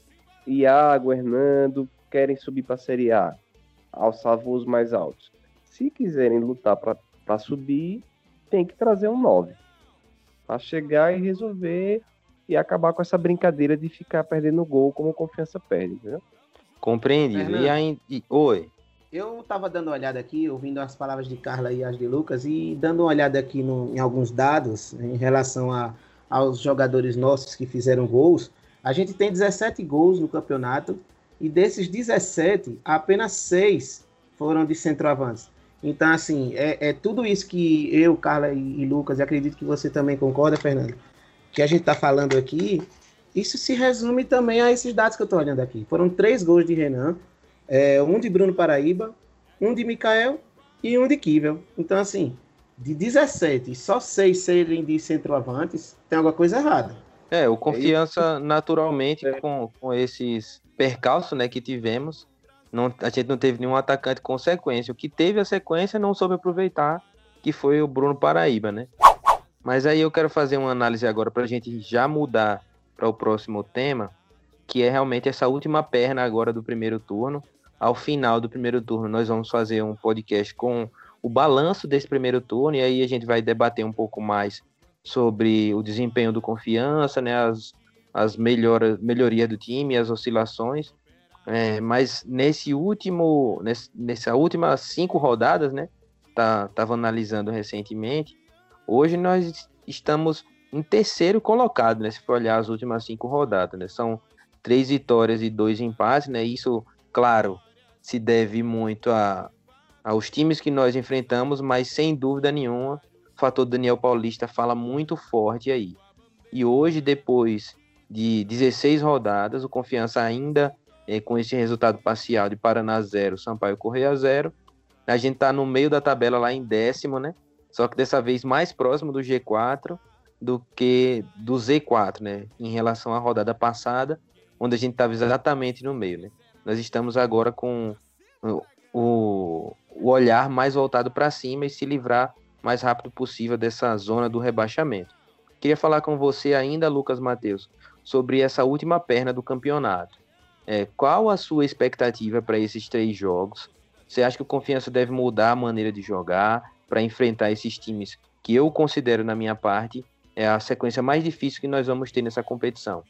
Iago, Hernando querem subir para a Série A? Alçar voos mais altos. Se quiserem lutar para subir, tem que trazer um nove para chegar e resolver e acabar com essa brincadeira de ficar perdendo gol como Confiança perde, entendeu? Compreendido. E aí, e, oi. Eu estava dando uma olhada aqui, ouvindo as palavras de Carla e as de Lucas, e dando uma olhada aqui no, em alguns dados em relação a, aos jogadores nossos que fizeram gols. A gente tem dezessete gols no campeonato, e desses dezessete, apenas seis foram de centroavantes. Então, assim, é, é tudo isso que eu, Carla e, e Lucas, e acredito que você também concorda, Fernando, que a gente está falando aqui, isso se resume também a esses dados que eu estou olhando aqui. Foram três gols de Renan, é, um de Bruno Paraíba, um de Mikael e um de Kivel. Então, assim, de dezessete, só seis serem de centroavantes, tem alguma coisa errada. É, o Confiança, naturalmente, com, com esses percalços, né, que tivemos, não, a gente não teve nenhum atacante com sequência. O que teve a sequência não soube aproveitar, que foi o Bruno Paraíba, né? Mas aí eu quero fazer uma análise agora para a gente já mudar para o próximo tema, que é realmente essa última perna agora do primeiro turno. Ao final do primeiro turno, nós vamos fazer um podcast com o balanço desse primeiro turno, e aí a gente vai debater um pouco mais sobre o desempenho do Confiança, né, as, as melhoras, melhorias do time, as oscilações. É, mas nesse último, nesse, nessa última cinco rodadas, né, tá, tava analisando recentemente, hoje nós estamos em terceiro colocado, né, se for olhar as últimas cinco rodadas, né, são três vitórias e dois empates, né, isso, claro, se deve muito a, aos times que nós enfrentamos, mas sem dúvida nenhuma, o fator Daniel Paulista fala muito forte aí. E hoje, depois de dezesseis rodadas, o Confiança ainda é, com esse resultado parcial de Paraná zero, Sampaio Correia zero, a gente está no meio da tabela lá em décimo, né? Só que dessa vez mais próximo do G quatro do que do Z quatro, né? Em relação à rodada passada, onde a gente estava exatamente no meio, né? Nós estamos agora com o, o, o olhar mais voltado para cima e se livrar mais rápido possível dessa zona do rebaixamento. Queria falar com você ainda, Lucas Matheus, sobre essa última perna do campeonato. É, qual a sua expectativa para esses três jogos? Você acha que o Confiança deve mudar a maneira de jogar para enfrentar esses times que eu considero, na minha parte, é a sequência mais difícil que nós vamos ter nessa competição?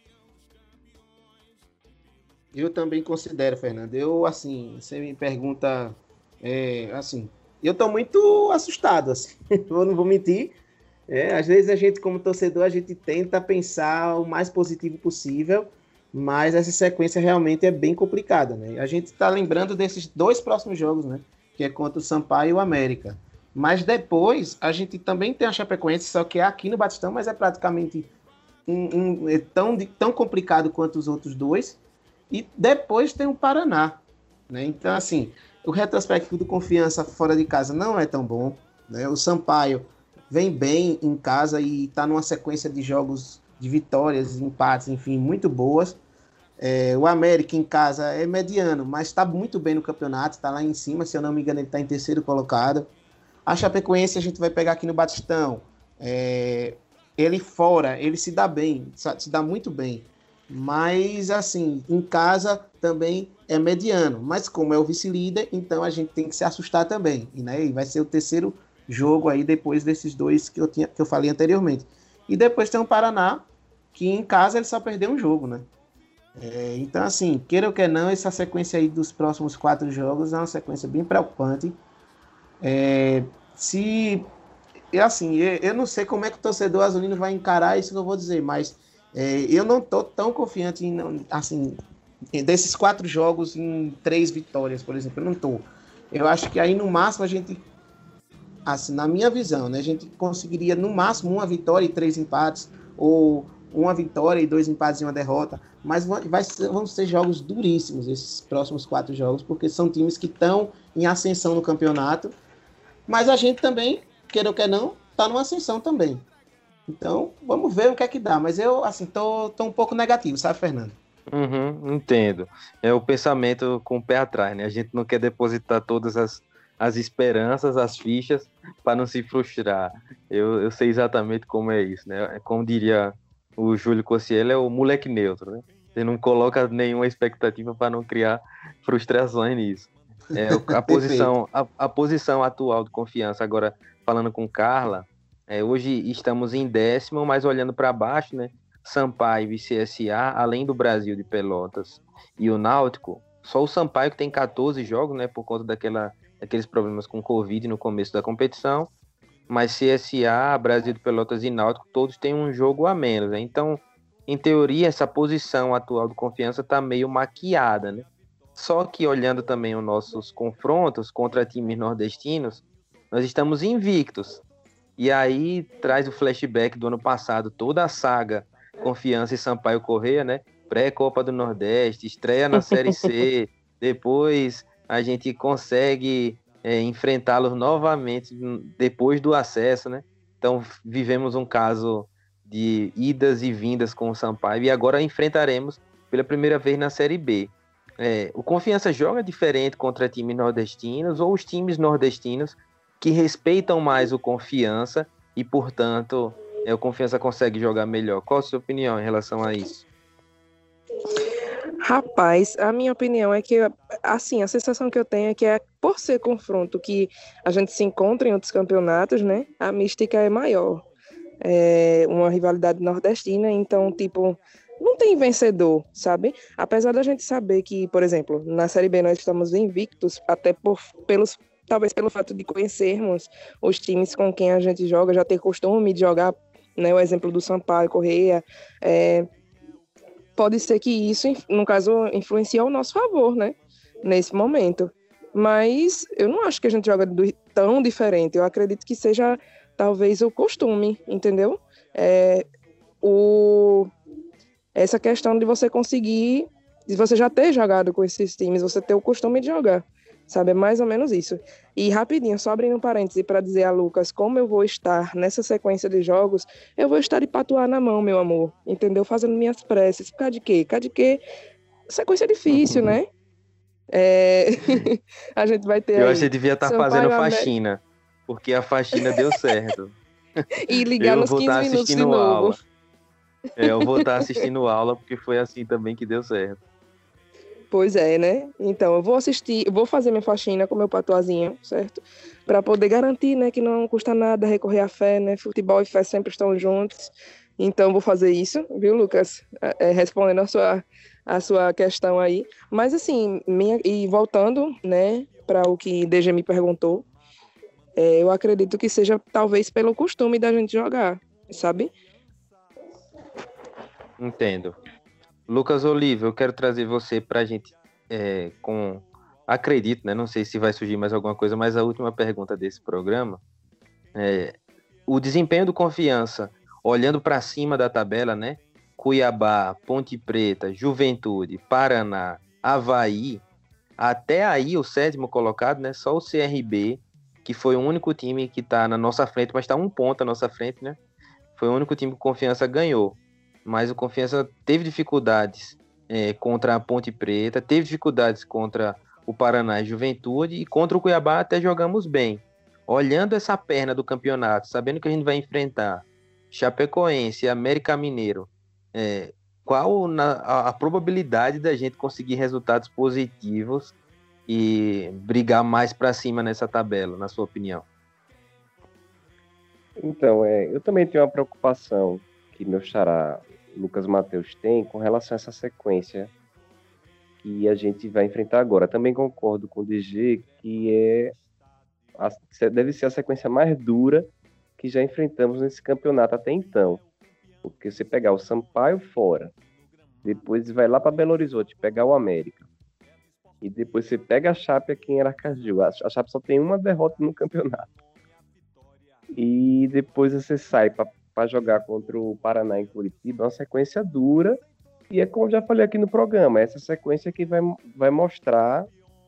Eu também considero, Fernando. Eu, assim, você me pergunta, é, assim, eu tô muito assustado, assim, eu não vou mentir. É, às vezes a gente, como torcedor, a gente tenta pensar o mais positivo possível, mas essa sequência realmente é bem complicada, né? A gente tá lembrando desses dois próximos jogos, né? Que é contra o Sampaio e o América. Mas depois, a gente também tem a Chapecoense, só que é aqui no Batistão, mas é praticamente um, um, é tão, tão complicado quanto os outros dois. E depois tem o Paraná, né? Então, assim, o retrospecto do Confiança fora de casa não é tão bom, né? O Sampaio vem bem em casa e está numa sequência de jogos de vitórias, empates, enfim, muito boas. É, o América em casa é mediano, mas está muito bem no campeonato, está lá em cima, se eu não me engano ele está em terceiro colocado. A Chapecoense a gente vai pegar aqui no Batistão. É, ele fora, ele se dá bem, se dá muito bem. Mas, assim, em casa também é mediano. Mas como é o vice-líder, então a gente tem que se assustar também. E, né, e vai ser o terceiro jogo aí depois desses dois que eu, tinha, que eu falei anteriormente. E depois tem o Paraná, que em casa ele só perdeu um jogo, né? É, então, assim, queira ou quer não, essa sequência aí dos próximos quatro jogos é uma sequência bem preocupante. É, se... Assim, eu, eu não sei como é que o torcedor azulino vai encarar isso que eu vou dizer, mas... É, eu não estou tão confiante em, assim, desses quatro jogos em três vitórias, por exemplo. Eu não estou. Eu acho que aí no máximo a gente, assim, na minha visão, né, a gente conseguiria no máximo uma vitória e três empates, ou uma vitória e dois empates e uma derrota, mas vai ser, vão ser jogos duríssimos esses próximos quatro jogos, porque são times que estão em ascensão no campeonato, mas a gente também, queira ou quer não, está numa ascensão também. Então, vamos ver o que é que dá, mas eu, assim, tô, tô um pouco negativo, sabe, Fernando? Uhum, entendo. É o pensamento com o pé atrás, né? A gente não quer depositar todas as, as esperanças, as fichas, para não se frustrar. Eu, eu sei exatamente como é isso, né? Como diria o Júlio Cossiello, é o moleque neutro, né? Você não coloca nenhuma expectativa para não criar frustrações nisso. É, a, posição, a, a posição atual de Confiança, agora falando com Carla, é, hoje estamos em décimo, mas olhando para baixo, né? Sampaio e C S A, além do Brasil de Pelotas e o Náutico, só o Sampaio que tem catorze jogos, né? Por conta daquela, daqueles problemas com Covid no começo da competição. Mas C S A, Brasil de Pelotas e Náutico, todos têm um jogo a menos, né? Então, em teoria, essa posição atual do Confiança está meio maquiada, né? Só que olhando também os nossos confrontos contra times nordestinos, nós estamos invictos. E aí traz o flashback do ano passado, toda a saga Confiança e Sampaio Corrêa, né? Pré-Copa do Nordeste, estreia na Série C, depois a gente consegue é, enfrentá-los novamente depois do acesso, né? Então vivemos um caso de idas e vindas com o Sampaio e agora enfrentaremos pela primeira vez na Série B. É, o Confiança joga diferente contra times nordestinos ou os times nordestinos que respeitam mais o Confiança e, portanto, é, o Confiança consegue jogar melhor. Qual a sua opinião em relação a isso? Rapaz, a minha opinião é que, assim, a sensação que eu tenho é que é, por ser confronto que a gente se encontra em outros campeonatos, né, a mística é maior. É uma rivalidade nordestina, então, tipo, não tem vencedor, sabe? Apesar da gente saber que, por exemplo, na Série B nós estamos invictos, até por, pelos, talvez pelo fato de conhecermos os times com quem a gente joga, já ter costume de jogar, né, o exemplo do Sampaio Corrêa, é, pode ser que isso, no caso, influencie ao nosso favor, né, nesse momento. Mas eu não acho que a gente joga do, tão diferente, eu acredito que seja talvez o costume, entendeu? É, o... Essa questão de você conseguir, de você já ter jogado com esses times, você ter o costume de jogar, sabe? É mais ou menos isso. E rapidinho, só abrindo um parêntese para dizer a Lucas como eu vou estar nessa sequência de jogos, eu vou estar de patuá na mão, meu amor, entendeu? Fazendo minhas preces. Por causa de quê? Por causa de quê? Sequência difícil, né? É... a gente vai ter Eu aí acho que devia estar fazendo faxina, Amé... porque a faxina deu certo. E ligar eu nos quinze minutos de novo. Aula. É, eu vou estar assistindo aula, porque foi assim também que deu certo. Pois é, né? Então, eu vou assistir, eu vou fazer minha faxina com meu patuazinho, certo? Para poder garantir, né, que não custa nada recorrer à fé, né? Futebol e fé sempre estão juntos. Então, vou fazer isso, viu, Lucas? É, respondendo a sua, a sua questão aí. Mas, assim, minha, e voltando, né, para o que D G me perguntou, é, eu acredito que seja talvez pelo costume da gente jogar, sabe? Entendo. Lucas Oliva, eu quero trazer você para a gente é, com... Acredito, né? Não sei se vai surgir mais alguma coisa, mas a última pergunta desse programa é o desempenho do Confiança, olhando para cima da tabela, né? Cuiabá, Ponte Preta, Juventude, Paraná, Avaí, até aí o sétimo colocado, né? Só o C R B, que foi o único time que está na nossa frente, mas está um ponto à nossa frente, né? Foi o único time que o Confiança ganhou. Mas o Confiança teve dificuldades é, contra a Ponte Preta, teve dificuldades contra o Paraná e Juventude, e contra o Cuiabá até jogamos bem. Olhando essa perna do campeonato, sabendo que a gente vai enfrentar Chapecoense e América Mineiro, é, qual na, a, a probabilidade da gente conseguir resultados positivos e brigar mais para cima nessa tabela, na sua opinião? Então, é, eu também tenho uma preocupação que meu xará Lucas Matheus tem com relação a essa sequência que a gente vai enfrentar agora. Também concordo com o D G que é a, deve ser a sequência mais dura que já enfrentamos nesse campeonato até então. Porque você pegar o Sampaio fora, depois vai lá para Belo Horizonte pegar o América, e depois você pega a Chape aqui em Aracaju. A Chape só tem uma derrota no campeonato. E depois você sai para para jogar contra o Paraná em Curitiba, é uma sequência dura, e é como eu já falei aqui no programa, essa sequência que vai, vai mostrar,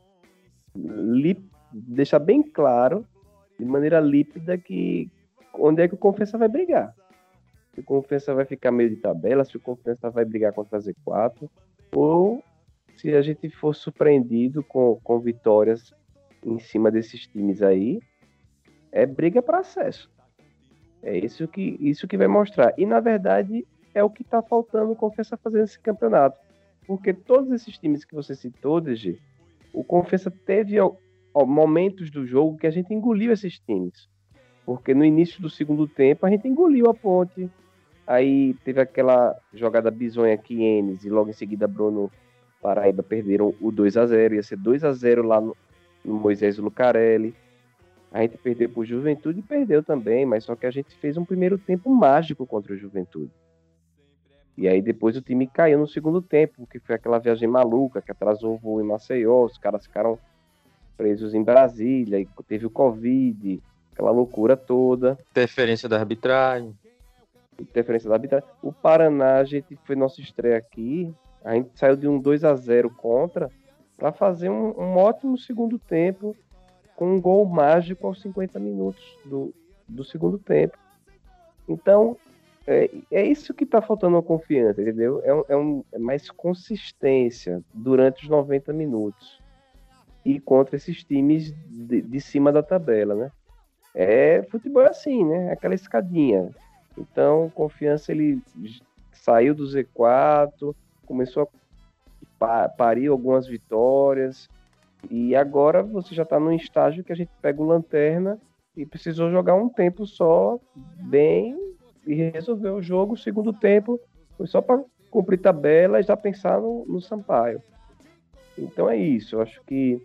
li, deixar bem claro, de maneira límpida, que onde é que o Confiança vai brigar. Se o Confiança vai ficar meio de tabela, se o Confiança vai brigar contra a Z quatro, ou se a gente for surpreendido com, com vitórias em cima desses times aí, é briga para acesso. É isso que, isso que vai mostrar. E, na verdade, é o que está faltando o Confiança fazer nesse campeonato. Porque todos esses times que você citou, D G, o Confiança teve ó, ó, momentos do jogo que a gente engoliu esses times. Porque no início do segundo tempo a gente engoliu a Ponte. Aí teve aquela jogada bizonha que Enes e logo em seguida Bruno Paraíba perderam o dois a zero. Ia ser dois a zero lá no, no Moisés Lucarelli. A gente perdeu pro Juventude e perdeu também, mas só que a gente fez um primeiro tempo mágico contra o Juventude. E aí depois o time caiu no segundo tempo, porque foi aquela viagem maluca que atrasou o voo em Maceió, os caras ficaram presos em Brasília, e teve o Covid, aquela loucura toda. Interferência da arbitragem. Interferência da arbitragem. O Paraná, a gente foi nossa estreia aqui, a gente saiu de um dois a zero contra para fazer um, um ótimo segundo tempo, com um gol mágico aos cinquenta minutos do, do segundo tempo. Então, é, é isso que está faltando a Confiança, entendeu? É, um, é, um, é mais consistência durante os noventa minutos. E contra esses times de, de cima da tabela, né? É, futebol é assim, né? É aquela escadinha. Então, Confiança, ele saiu do Z quatro, começou a parir algumas vitórias, e agora você já está num estágio que a gente pega o Lanterna e precisou jogar um tempo só, bem, e resolver o jogo. O segundo tempo foi só para cumprir tabela e já pensar no, no Sampaio. Então é isso, eu acho que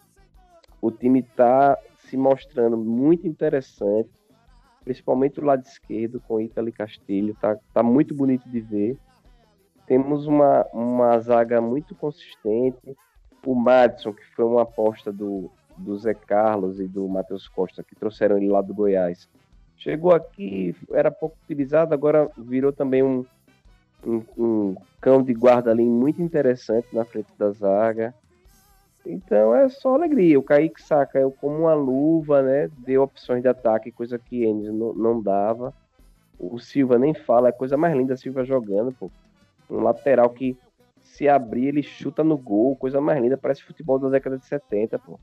o time está se mostrando muito interessante, principalmente o lado esquerdo com Ítalo e Castilho, tá, tá muito bonito de ver. Temos uma, uma zaga muito consistente. O Madison, que foi uma aposta do, do Zé Carlos e do Matheus Costa, que trouxeram ele lá do Goiás, chegou aqui, era pouco utilizado, agora virou também um, um, um cão de guarda ali muito interessante na frente da zaga. Então é só alegria. O Kaique Sá caiu como uma luva, né? Deu opções de ataque, coisa que Enes não, não dava. O Silva nem fala, é coisa mais linda a Silva jogando, pô. Um lateral que se abrir, ele chuta no gol, coisa mais linda, parece futebol da década de setenta, pô.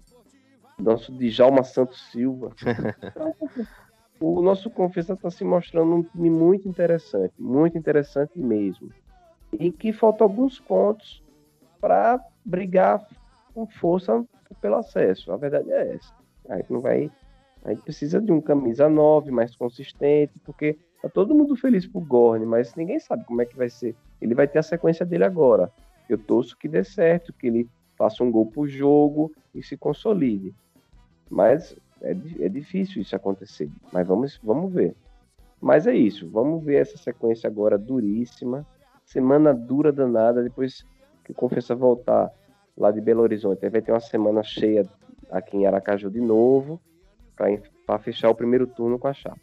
Nosso Djalma Santos Silva. Então, o nosso Confiança está se mostrando um time muito interessante, muito interessante mesmo. E que faltam alguns pontos para brigar com força pelo acesso. A verdade é essa. A gente não vai. A gente precisa de um camisa nove mais consistente, porque tá todo mundo feliz pro Gorni, mas ninguém sabe como é que vai ser. Ele vai ter a sequência dele agora. Eu torço que dê certo, que ele faça um gol por jogo e se consolide. Mas é, é difícil isso acontecer. Mas vamos, vamos ver. Mas é isso. Vamos ver essa sequência agora duríssima. Semana dura danada. Depois que o Confiança voltar lá de Belo Horizonte, aí vai ter uma semana cheia aqui em Aracaju de novo, para fechar o primeiro turno com a chapa.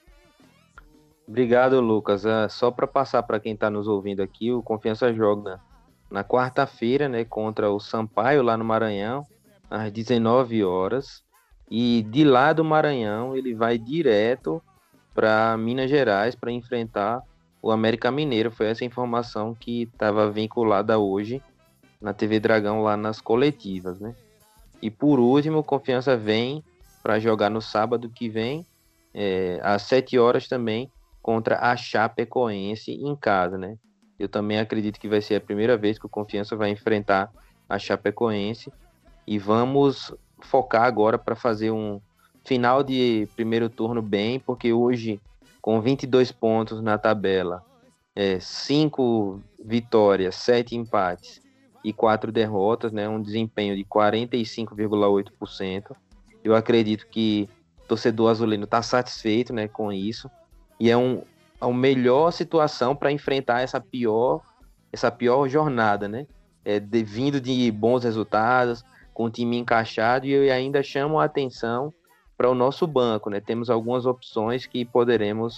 Obrigado, Lucas. É, só para passar para quem está nos ouvindo aqui, o Confiança joga na quarta-feira, né, contra o Sampaio, lá no Maranhão, às dezenove horas. E de lá do Maranhão, ele vai direto para Minas Gerais para enfrentar o América Mineiro. Foi essa informação que estava vinculada hoje na T V Dragão, lá nas coletivas, né? E por último, o Confiança vem para jogar no sábado que vem, é, às sete horas também, contra a Chapecoense em casa, né? Eu também acredito que vai ser a primeira vez que o Confiança vai enfrentar a Chapecoense, e vamos focar agora para fazer um final de primeiro turno bem, porque hoje, com vinte e dois pontos na tabela, é, cinco vitórias, sete empates e quatro derrotas, né? Um desempenho de quarenta e cinco vírgula oito por cento. Eu acredito que o torcedor azulino está satisfeito, né, com isso. E é um, é a melhor situação para enfrentar essa pior, essa pior jornada, né? É, de, vindo de bons resultados, com o time encaixado, e eu ainda chamo a atenção para o nosso banco, né? Temos algumas opções que poderemos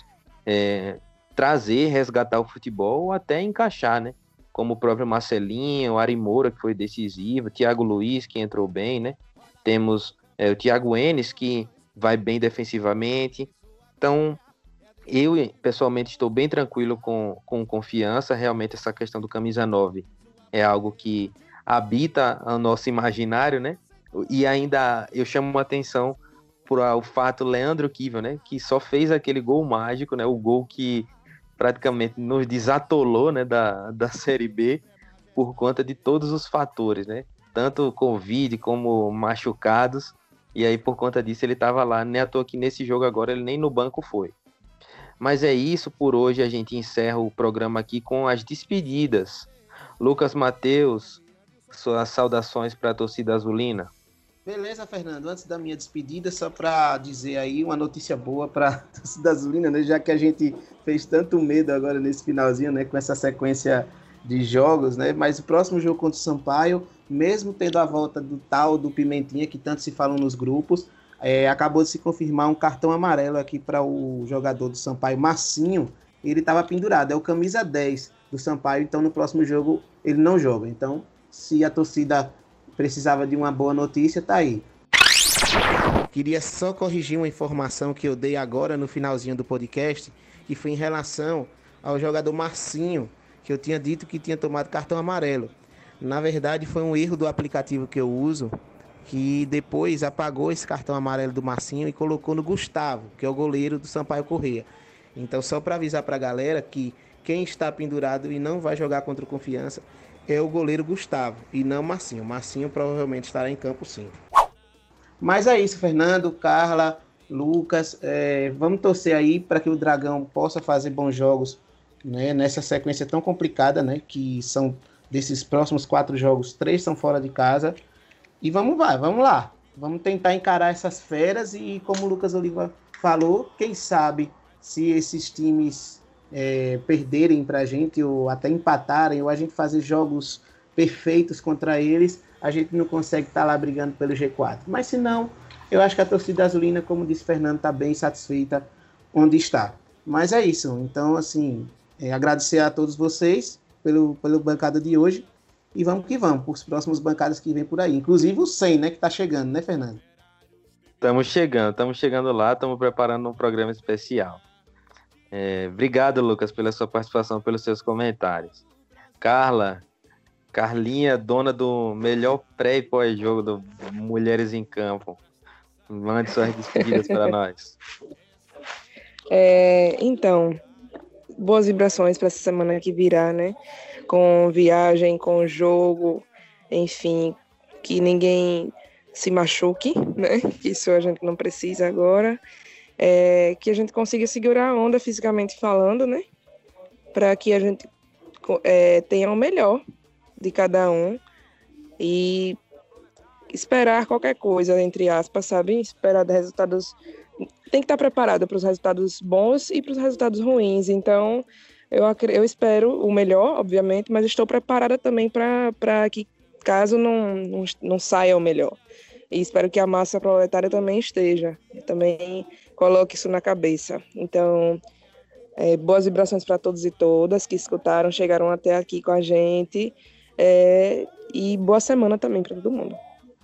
é, trazer, resgatar o futebol ou até encaixar, né? Como o próprio Marcelinho, o Ari Moura, que foi decisivo, o Thiago Luiz, que entrou bem, né? Temos é, o Thiago Enes, que vai bem defensivamente. Então, eu pessoalmente estou bem tranquilo com, com confiança. Realmente essa questão do camisa nove é algo que habita o nosso imaginário, né? E ainda eu chamo a atenção para o fato Leandro Kivel, né? Que só fez aquele gol mágico, né? O gol que praticamente nos desatolou, né? Da, da Série B por conta de todos os fatores, né? Tanto Covid como machucados. E aí por conta disso ele estava lá. Nem à toa que nesse jogo agora ele nem no banco foi. Mas é isso, por hoje a gente encerra o programa aqui com as despedidas. Lucas Matheus, suas saudações para a torcida azulina. Beleza, Fernando. Antes da minha despedida, só para dizer aí uma notícia boa para a torcida azulina, né? Já que a gente fez tanto medo agora nesse finalzinho, né? Com essa sequência de jogos, né? Mas o próximo jogo contra o Sampaio, mesmo tendo a volta do tal do Pimentinha, que tanto se falam nos grupos, É, acabou de se confirmar um cartão amarelo aqui para o jogador do Sampaio, Marcinho. Ele estava pendurado, é o camisa dez do Sampaio, então no próximo jogo ele não joga. Então, se a torcida precisava de uma boa notícia, tá aí. Queria só corrigir uma informação que eu dei agora no finalzinho do podcast, que foi em relação ao jogador Marcinho, que eu tinha dito que tinha tomado cartão amarelo. Na verdade, foi um erro do aplicativo que eu uso, que depois apagou esse cartão amarelo do Marcinho e colocou no Gustavo, que é o goleiro do Sampaio Corrêa. Então, só para avisar para a galera que quem está pendurado e não vai jogar contra o Confiança é o goleiro Gustavo, e não Marcinho. Marcinho provavelmente estará em campo, sim. Mas é isso, Fernando, Carla, Lucas. É, vamos torcer aí para que o Dragão possa fazer bons jogos, né, nessa sequência tão complicada, né, que são desses próximos quatro jogos, três são fora de casa. E vamos lá, vamos lá. Vamos tentar encarar essas feras e, como o Lucas Oliva falou, quem sabe se esses times é, perderem pra gente ou até empatarem ou a gente fazer jogos perfeitos contra eles, a gente não consegue estar lá brigando pelo G quatro. Mas se não, eu acho que a torcida azulina, como disse Fernando, está bem satisfeita onde está. Mas é isso. Então, assim, é, agradecer a todos vocês pelo, pelo bancada de hoje. E vamos que vamos, para os próximos bancadas que vem por aí. Inclusive o cem, né, que tá chegando, né, Fernando? Estamos chegando, estamos chegando lá, estamos preparando um programa especial. É, obrigado, Lucas, pela sua participação, pelos seus comentários. Carla, Carlinha, dona do melhor pré e pós-jogo do Mulheres em Campo. Mande suas despedidas para nós. É, então, boas vibrações para essa semana que virá, né? Com viagem, com jogo, enfim, que ninguém se machuque, né? Isso a gente não precisa agora. É, que a gente consiga segurar a onda fisicamente falando, né? Para que a gente é, tenha o melhor de cada um e esperar qualquer coisa, entre aspas, sabe? Esperar resultados. Tem que estar preparado para os resultados bons e para os resultados ruins. Então, eu, eu espero o melhor, obviamente, mas estou preparada também para que, caso não, não, não saia o melhor. E espero que a massa proletária também esteja. Eu também coloque isso na cabeça. Então, é, boas vibrações para todos e todas que escutaram, chegaram até aqui com a gente. É, e boa semana também para todo mundo.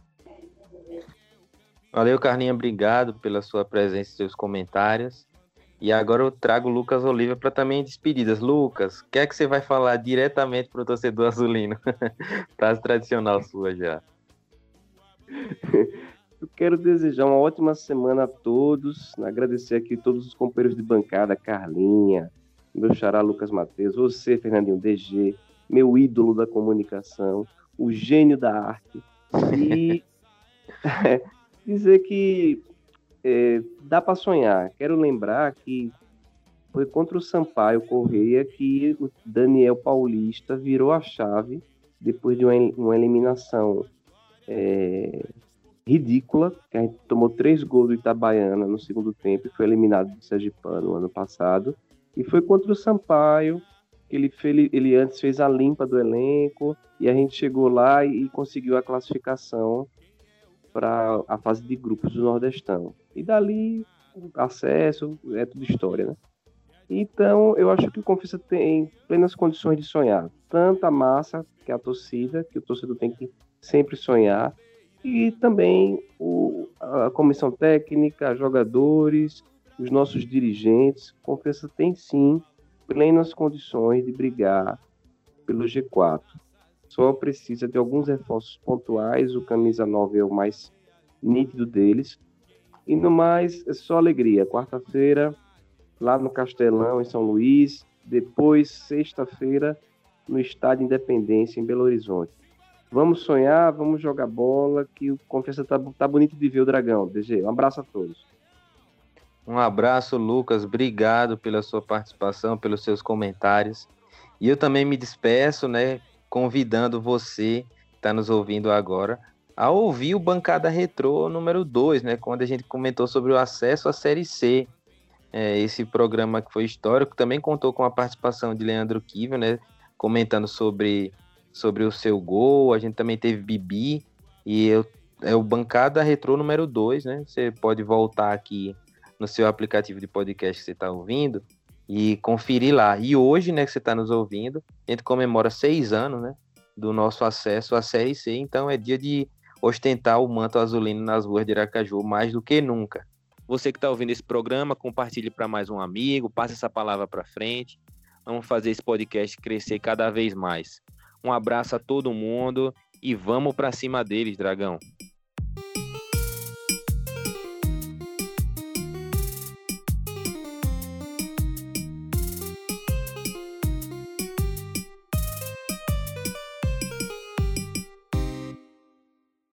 Valeu, Carlinha, obrigado pela sua presença e seus comentários. E agora eu trago o Lucas Oliva para também despedidas. Lucas, o que é que você vai falar diretamente para o torcedor azulino? Frase tradicional sua já. Eu quero desejar uma ótima semana a todos, agradecer aqui todos os companheiros de bancada, Carlinha, meu xará Lucas Matheus, você, Fernandinho D G, meu ídolo da comunicação, o gênio da arte, e dizer que é, dá para sonhar. Quero lembrar que foi contra o Sampaio Corrêa que o Daniel Paulista virou a chave depois de uma, uma eliminação é, ridícula, que a gente tomou três gols do Itabaiana no segundo tempo e foi eliminado do Sergipano no ano passado. E foi contra o Sampaio que ele, fez, ele antes fez a limpa do elenco e a gente chegou lá e, e conseguiu a classificação para a fase de grupos do Nordestão. E dali, acesso, é tudo história, né? Então, eu acho que o Confiança tem plenas condições de sonhar. Tanto a massa, que é a torcida, que o torcedor tem que sempre sonhar, e também o, a comissão técnica, jogadores, os nossos dirigentes. Confiança tem, sim, plenas condições de brigar pelo G quatro. Só precisa de alguns reforços pontuais, o camisa nove é o mais nítido deles. E no mais, é só alegria. Quarta-feira, lá no Castelão, em São Luís. Depois, sexta-feira, no Estádio Independência, em Belo Horizonte. Vamos sonhar, vamos jogar bola, que o Confiança tá, tá bonito de ver o Dragão. D G, um abraço a todos. Um abraço, Lucas. Obrigado pela sua participação, pelos seus comentários. E eu também me despeço, né, convidando você, que está nos ouvindo agora, a ouvir o Bancada Retrô número dois, né, quando a gente comentou sobre o acesso à Série C. É, esse programa que foi histórico também contou com a participação de Leandro Kivel, né, comentando sobre, sobre o seu gol. A gente também teve Bibi, e eu, é o Bancada Retrô número dois, né? Você pode voltar aqui no seu aplicativo de podcast que você está ouvindo e conferir lá. E hoje, né, que você está nos ouvindo, a gente comemora seis anos, né, do nosso acesso à Série C, então é dia de ostentar o manto azulino nas ruas de Aracaju mais do que nunca. Você que está ouvindo esse programa, compartilhe para mais um amigo, passe essa palavra para frente. Vamos fazer esse podcast crescer cada vez mais. Um abraço a todo mundo e vamos para cima deles, Dragão.